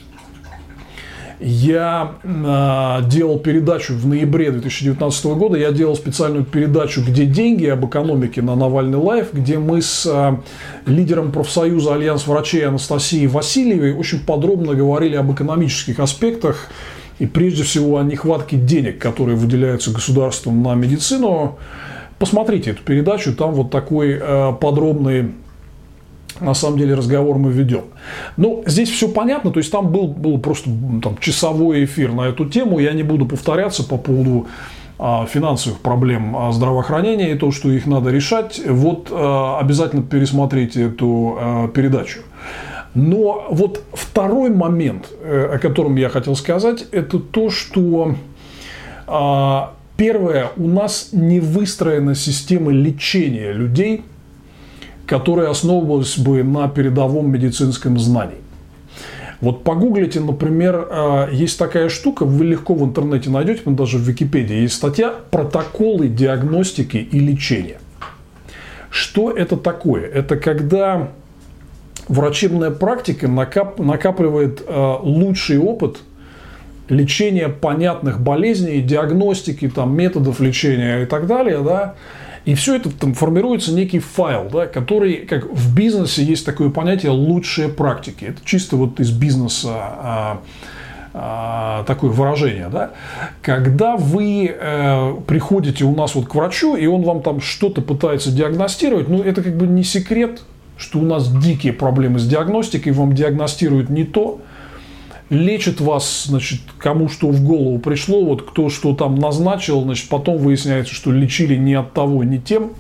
[SPEAKER 2] я делал передачу в ноябре 2019 года, я делал специальную передачу «Где деньги?» об экономике на Навальный Лайв, где мы с лидером профсоюза Альянс врачей Анастасией Васильевой очень подробно говорили об экономических аспектах и прежде всего о нехватке денег, которые выделяются государством на медицину. Посмотрите эту передачу, там вот такой подробный, на самом деле, разговор мы ведем. Но здесь все понятно, то есть там был просто часовой эфир на эту тему, я не буду повторяться по поводу финансовых проблем здравоохранения и то, что их надо решать. Вот обязательно пересмотрите эту передачу. Но вот второй момент, о котором я хотел сказать, это то, что первое, у нас не выстроена система лечения людей, которая основывалась бы на передовом медицинском знании. Вот погуглите, например, есть такая штука, вы легко в интернете найдете, даже в Википедии есть статья «Протоколы диагностики и лечения». Что это такое? Это когда врачебная практика накапливает лучший опыт лечения понятных болезней, диагностики, там, методов лечения и так далее, да, и все это там формируется некий файл, да, который, как в бизнесе есть такое понятие «лучшие практики». Это чисто вот из бизнеса такое выражение, да. Когда вы приходите у нас вот к врачу, и он вам там что-то пытается диагностировать, ну, это как бы не секрет, что у нас дикие проблемы с диагностикой, вам диагностируют не то, лечит вас, значит, кому что в голову пришло, вот кто что там назначил, значит, потом выясняется, что лечили не от того, не тем.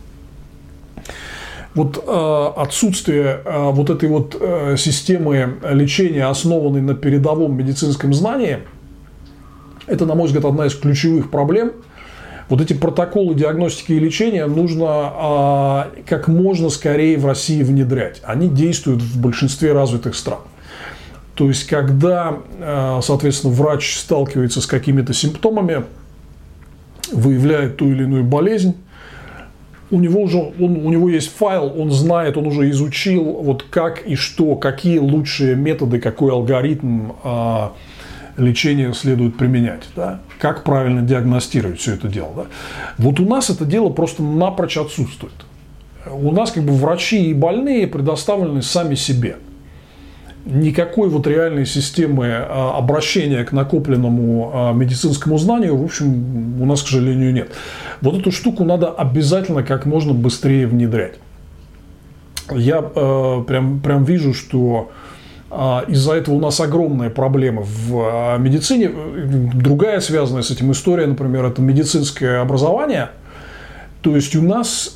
[SPEAKER 2] Вот отсутствие вот этой вот системы лечения, основанной на передовом медицинском знании, это, на мой взгляд, одна из ключевых проблем. Вот эти протоколы диагностики и лечения нужно как можно скорее в России внедрять. Они действуют в большинстве развитых стран. То есть, когда, соответственно, врач сталкивается с какими-то симптомами, выявляет ту или иную болезнь, у него есть файл, он знает, он уже изучил, вот как и что, какие лучшие методы, какой алгоритм лечения следует применять, да? Как правильно диагностировать все это дело. Да? Вот у нас это дело просто напрочь отсутствует. У нас как бы врачи и больные предоставлены сами себе. Никакой вот реальной системы обращения к накопленному медицинскому знанию, в общем, у нас, к сожалению, нет. Вот эту штуку надо обязательно как можно быстрее внедрять. Я прям вижу, что из-за этого у нас огромные проблемы в медицине. Другая связанная с этим история, например, это медицинское образование. То есть у нас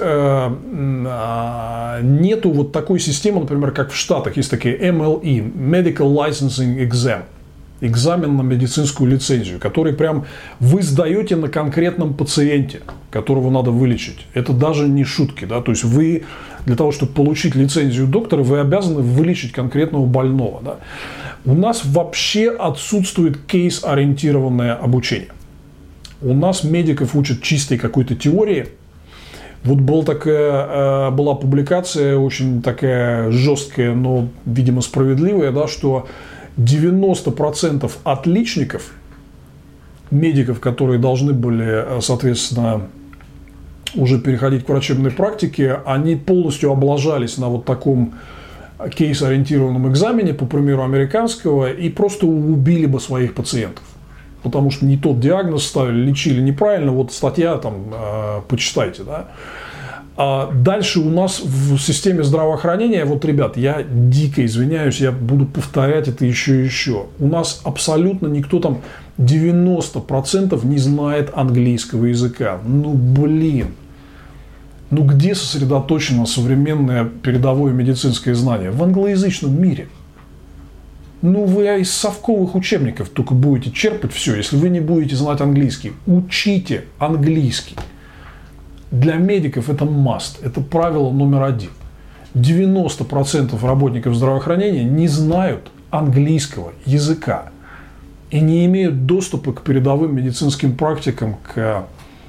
[SPEAKER 2] нету вот такой системы, например, как в Штатах. Есть такие MLE, Medical Licensing Exam, экзамен на медицинскую лицензию, который прям вы сдаете на конкретном пациенте, которого надо вылечить. Это даже не шутки, да, то есть вы для того, чтобы получить лицензию доктора, вы обязаны вылечить конкретного больного, да. У нас вообще отсутствует кейс-ориентированное обучение. У нас медиков учат чистой какой-то теории. Вот была публикация очень такая жесткая, но, видимо, справедливая, да, что 90% отличников, медиков, которые должны были, соответственно, уже переходить к врачебной практике, они полностью облажались на вот таком кейс-ориентированном экзамене, по примеру американского, и просто убили бы своих пациентов. Потому что не тот диагноз ставили, лечили неправильно. Вот статья там, почитайте, да. А дальше у нас в системе здравоохранения, вот, ребят, я дико извиняюсь, я буду повторять это еще и еще. У нас абсолютно никто там 90% не знает английского языка. Ну, блин. Ну, где сосредоточено современное передовое медицинское знание? В англоязычном мире. Ну, вы из совковых учебников только будете черпать все, если вы не будете знать английский. Учите английский. Для медиков это must, это правило номер 1. 90% работников здравоохранения не знают английского языка и не имеют доступа к передовым медицинским практикам, к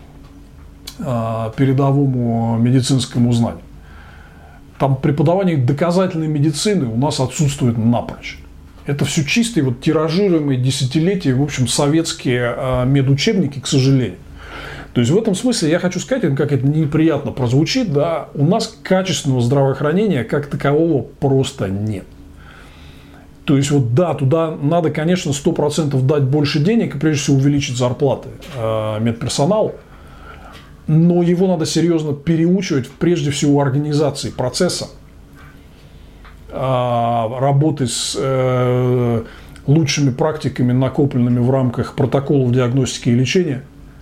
[SPEAKER 2] передовому медицинскому знанию. Там преподавание доказательной медицины у нас отсутствует напрочь. Это все чистые, вот, тиражируемые десятилетия, в общем, советские медучебники, к сожалению. То есть в этом смысле я хочу сказать, как это неприятно прозвучит, да, у нас качественного здравоохранения как такового просто нет. То есть вот да, туда надо, конечно, 100% дать больше денег и прежде всего увеличить зарплаты медперсоналу, но его надо серьезно переучивать прежде всего организации процесса, работы с лучшими практиками, накопленными в рамках протоколов диагностики и лечения,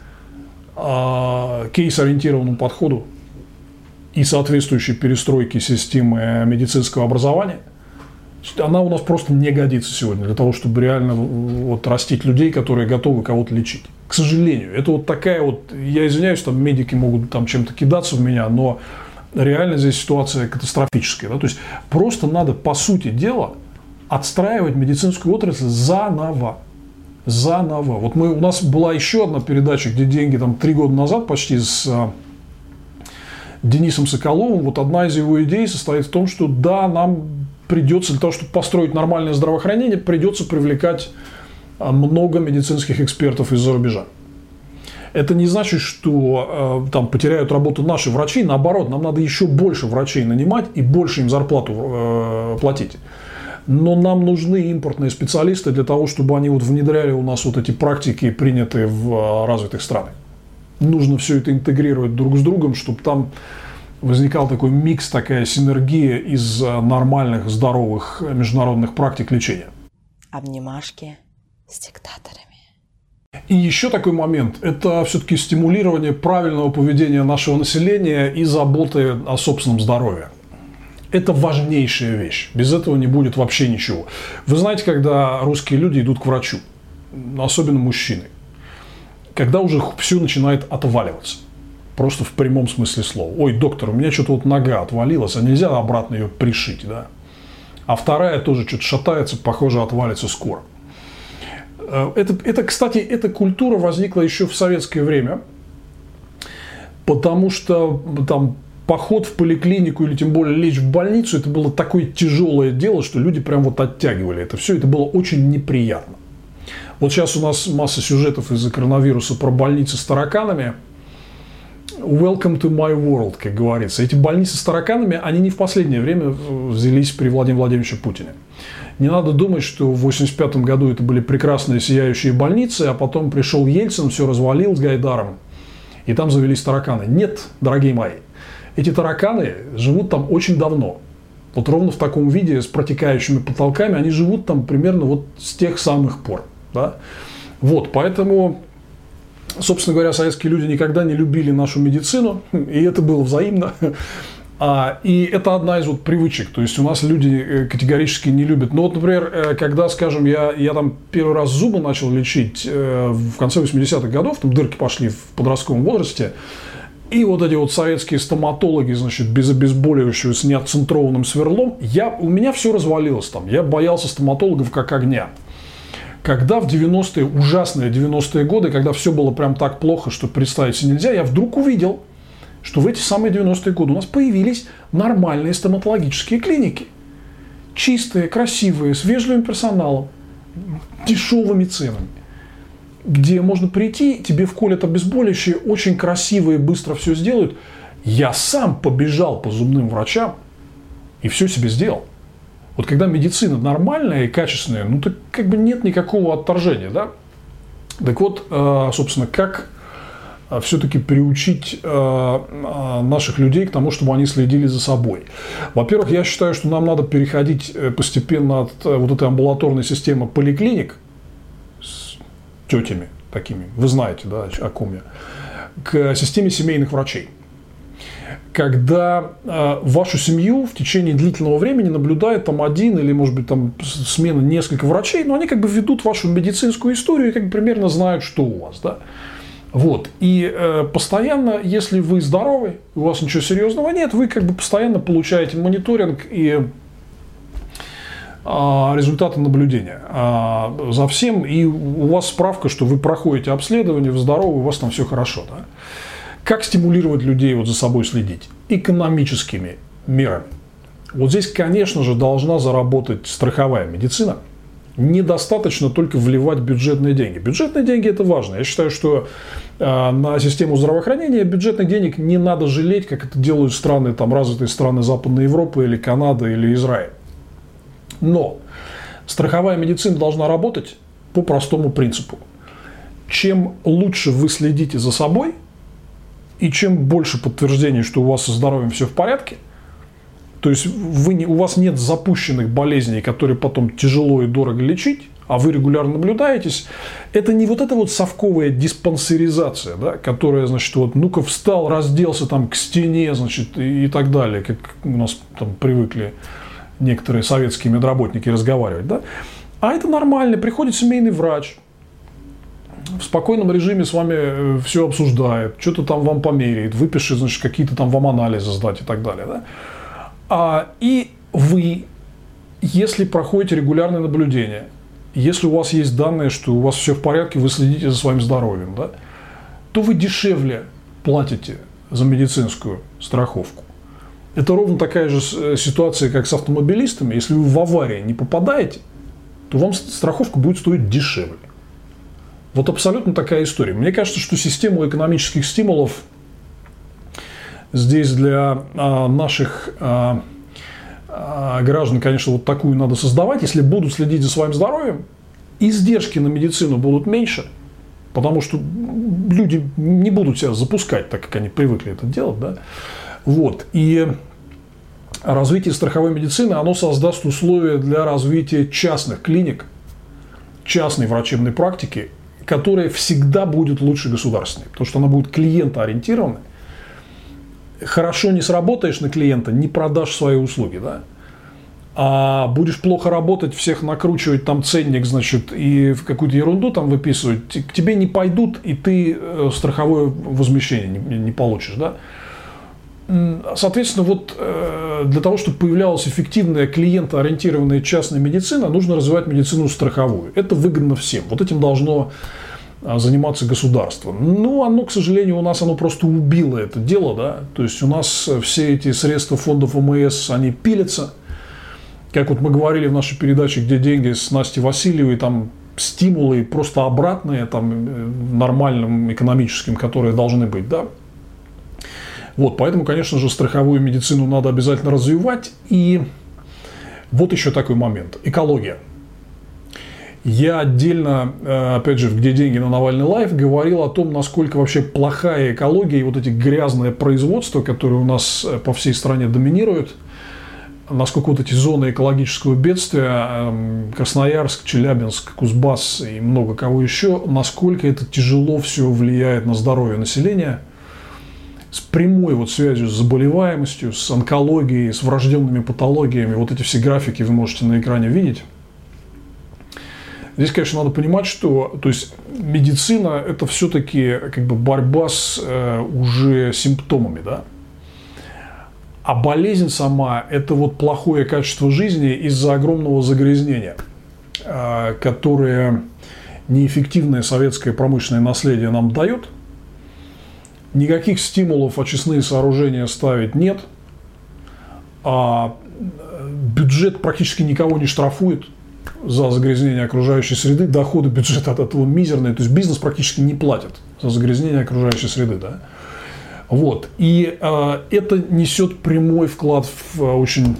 [SPEAKER 2] кейс-ориентированному подходу и соответствующей перестройки системы медицинского образования. Она у нас просто не годится сегодня для того, чтобы реально вот растить людей, которые готовы кого-то лечить. К сожалению, это вот такая вот, я извиняюсь, там медики могут там чем-то кидаться в меня, но реально здесь ситуация катастрофическая. Да? То есть просто надо, по сути дела, отстраивать медицинскую отрасль заново. Заново. Вот у нас была еще одна передача, где деньги там 3 года назад почти с Денисом Соколовым. Вот одна из его идей состоит в том, что да, нам придется для того, чтобы построить нормальное здравоохранение, придется привлекать много медицинских экспертов из-за рубежа. Это не значит, что там потеряют работу наши врачи. Наоборот, нам надо еще больше врачей нанимать и больше им зарплату платить. Но нам нужны импортные специалисты для того, чтобы они вот внедряли у нас вот эти практики, принятые в развитых странах. Нужно все это интегрировать друг с другом, чтобы там возникал такой микс, такая синергия из нормальных, здоровых международных практик лечения.
[SPEAKER 1] Обнимашки с диктаторами.
[SPEAKER 2] И еще такой момент – это все-таки стимулирование правильного поведения нашего населения и заботы о собственном здоровье. Это важнейшая вещь. Без этого не будет вообще ничего. Вы знаете, когда русские люди идут к врачу, особенно мужчины, когда уже все начинает отваливаться. Просто в прямом смысле слова. Ой, доктор, у меня что-то вот нога отвалилась, а нельзя обратно ее пришить, да? А вторая тоже что-то шатается, похоже, отвалится скоро. Это, кстати, эта культура возникла еще в советское время, потому что там поход в поликлинику или тем более лечь в больницу, это было такое тяжелое дело, что люди прям вот оттягивали это все, это было очень неприятно. Вот сейчас у нас масса сюжетов из-за коронавируса про больницы с тараканами. Welcome to my world, как говорится. Эти больницы с тараканами, они не в последнее время взялись при Владимире Владимировиче Путине. Не надо думать, что в 1985 году это были прекрасные сияющие больницы, а потом пришел Ельцин, все развалил с Гайдаром, и там завелись тараканы. Нет, дорогие мои, эти тараканы живут там очень давно. Вот ровно в таком виде, с протекающими потолками, они живут там примерно вот с тех самых пор. Да? Вот, поэтому, собственно говоря, советские люди никогда не любили нашу медицину, и это было взаимно. И это одна из вот привычек. То есть у нас люди категорически не любят. Ну вот, например, когда, скажем, я там первый раз зубы начал лечить в конце 80-х годов, там дырки пошли в подростковом возрасте, и вот эти вот советские стоматологи, значит, без обезболивающего, с неотцентрованным сверлом, у меня все развалилось там. Я боялся стоматологов как огня. Когда в 90-е, ужасные 90-е годы, когда все было прям так плохо, что представить себе нельзя, я вдруг увидел, что в эти самые 90-е годы у нас появились нормальные стоматологические клиники. Чистые, красивые, с вежливым персоналом, дешевыми ценами. Где можно прийти, тебе вколят обезболивающие, очень красиво и быстро все сделают. Я сам побежал по зубным врачам и все себе сделал. Вот когда медицина нормальная и качественная, ну так как бы нет никакого отторжения, да? Так вот, собственно, как все-таки приучить наших людей к тому, чтобы они следили за собой. Во-первых, я считаю, что нам надо переходить постепенно от вот этой амбулаторной системы поликлиник с тетями такими, вы знаете, да, о ком я, к системе семейных врачей. Когда вашу семью в течение длительного времени наблюдает там один или, может быть, там смена несколько врачей, но они как бы ведут вашу медицинскую историю и как бы примерно знают, что у вас, да. Вот. И постоянно, если вы здоровы, у вас ничего серьезного нет, вы как бы постоянно получаете мониторинг и результаты наблюдения за всем, и у вас справка, что вы проходите обследование, вы здоровы, у вас там все хорошо. Да? Как стимулировать людей вот за собой следить? Экономическими мерами. Вот здесь, конечно же, должна заработать страховая медицина. Недостаточно только вливать бюджетные деньги. Бюджетные деньги – это важно. Я считаю, что на систему здравоохранения бюджетных денег не надо жалеть, как это делают страны, там, развитые страны Западной Европы или Канады или Израиль. Но страховая медицина должна работать по простому принципу. Чем лучше вы следите за собой, и чем больше подтверждений, что у вас со здоровьем все в порядке, то есть у вас нет запущенных болезней, которые потом тяжело и дорого лечить, а вы регулярно наблюдаетесь, это не вот эта вот совковая диспансеризация, да, которая, значит, вот ну-ка встал, разделся там к стене, значит, и так далее, как у нас там привыкли некоторые советские медработники разговаривать, да, а это нормально, приходит семейный врач, в спокойном режиме с вами все обсуждает, что-то там вам померяет, выпишет, значит, какие-то там вам анализы сдать и так далее, да. И вы если проходите регулярное наблюдение, если у вас есть данные, что у вас все в порядке, вы следите за своим здоровьем, да, то вы дешевле платите за медицинскую страховку. Это ровно такая же ситуация, как с автомобилистами. Если вы в аварии не попадаете, то вам страховка будет стоить дешевле. Вот абсолютно такая история. Мне кажется, что систему экономических стимулов здесь для наших граждан, конечно, вот такую надо создавать. Если будут следить за своим здоровьем, издержки на медицину будут меньше, потому что люди не будут себя запускать, так как они привыкли это делать. Да? Вот. И развитие страховой медицины, оно создаст условия для развития частных клиник, частной врачебной практики, которая всегда будет лучше государственной, потому что она будет клиентоориентированной. Хорошо не сработаешь на клиента, не продашь свои услуги, да? А будешь плохо работать, всех накручивать там ценник, значит, и в какую-то ерунду там выписывать, к тебе не пойдут, и ты страховое возмещение не получишь, да? Соответственно, вот для того, чтобы появлялась эффективная клиентоориентированная частная медицина, нужно развивать медицину страховую. Это выгодно всем. Вот этим должно заниматься государство. Но оно, к сожалению, у нас оно просто убило это дело. Да? То есть у нас все эти средства фондов ОМС, они пилятся. Как вот мы говорили в нашей передаче «Где деньги» с Настей Васильевой, там стимулы просто обратные, там, нормальным экономическим, которые должны быть. Да? Вот, поэтому, конечно же, страховую медицину надо обязательно развивать. И вот еще такой момент. Экология. Я отдельно, опять же, в «Где деньги» на Навальный Лайф говорил о том, насколько вообще плохая экология и вот эти грязные производства, которые у нас по всей стране доминируют, насколько вот эти зоны экологического бедствия, Красноярск, Челябинск, Кузбасс и много кого еще, насколько это тяжело все влияет на здоровье населения, с прямой вот связью с заболеваемостью, с онкологией, с врожденными патологиями. Вот эти все графики вы можете на экране видеть. Здесь, конечно, надо понимать, что то есть, медицина – это все-таки как бы борьба с уже симптомами, да? А болезнь сама – это вот плохое качество жизни из-за огромного загрязнения, которое неэффективное советское промышленное наследие нам дает. Никаких стимулов очистные сооружения ставить нет. А бюджет практически никого не штрафует за загрязнение окружающей среды. Доходы бюджета от этого мизерные. То есть бизнес практически не платит за загрязнение окружающей среды. Да? Вот. И это несет прямой вклад в очень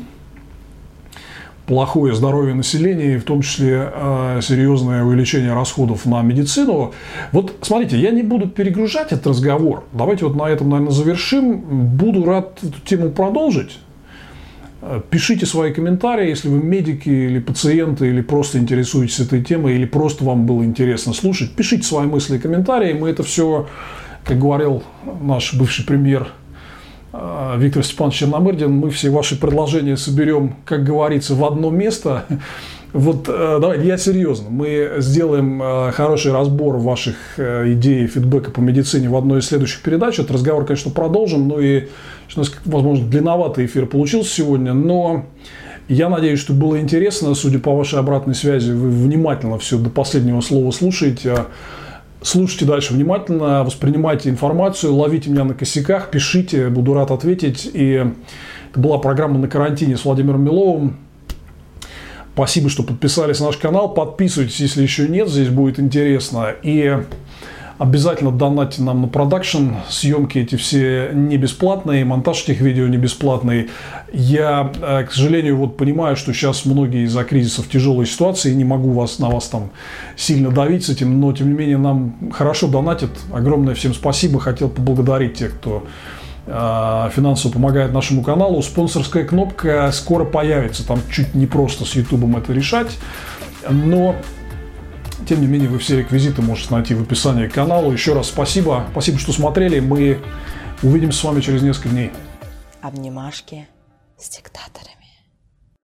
[SPEAKER 2] плохое здоровье населения, и в том числе серьезное увеличение расходов на медицину. Вот смотрите, я не буду перегружать этот разговор. Давайте вот на этом, наверное, завершим. Буду рад эту тему продолжить. Пишите свои комментарии, если вы медики или пациенты, или просто интересуетесь этой темой, или просто вам было интересно слушать. Пишите свои мысли и комментарии. Мы это все, как говорил наш бывший премьер Виктор Степанович Черномырдин, мы все ваши предложения соберем, как говорится, в одно место. Вот давайте, я серьезно, мы сделаем хороший разбор ваших идей, фидбэка по медицине в одной из следующих передач. Этот разговор, конечно, продолжим, ну и, возможно, длинноватый эфир получился сегодня, но я надеюсь, что было интересно. Судя по вашей обратной связи, вы внимательно все до последнего слова слушаете. Слушайте дальше внимательно, воспринимайте информацию, ловите меня на косяках, пишите, буду рад ответить. И это была программа «На карантине» с Владимиром Миловым. Спасибо, что подписались на наш канал. Подписывайтесь, если еще нет, здесь будет интересно. И обязательно донатьте нам на продакшн. Съемки эти все не бесплатные, монтаж этих видео не бесплатный. Я, к сожалению, вот понимаю, что сейчас многие из-за кризиса в тяжелой ситуации, не могу на вас там сильно давить с этим, но тем не менее нам хорошо донатят. Огромное всем спасибо. Хотел поблагодарить тех, кто финансово помогает нашему каналу. Спонсорская кнопка скоро появится. Там чуть не просто с Ютубом это решать, но тем не менее, вы все реквизиты можете найти в описании к каналу. Еще раз спасибо. Спасибо, что смотрели. Мы увидимся с вами через несколько дней.
[SPEAKER 1] Обнимашки с диктаторами.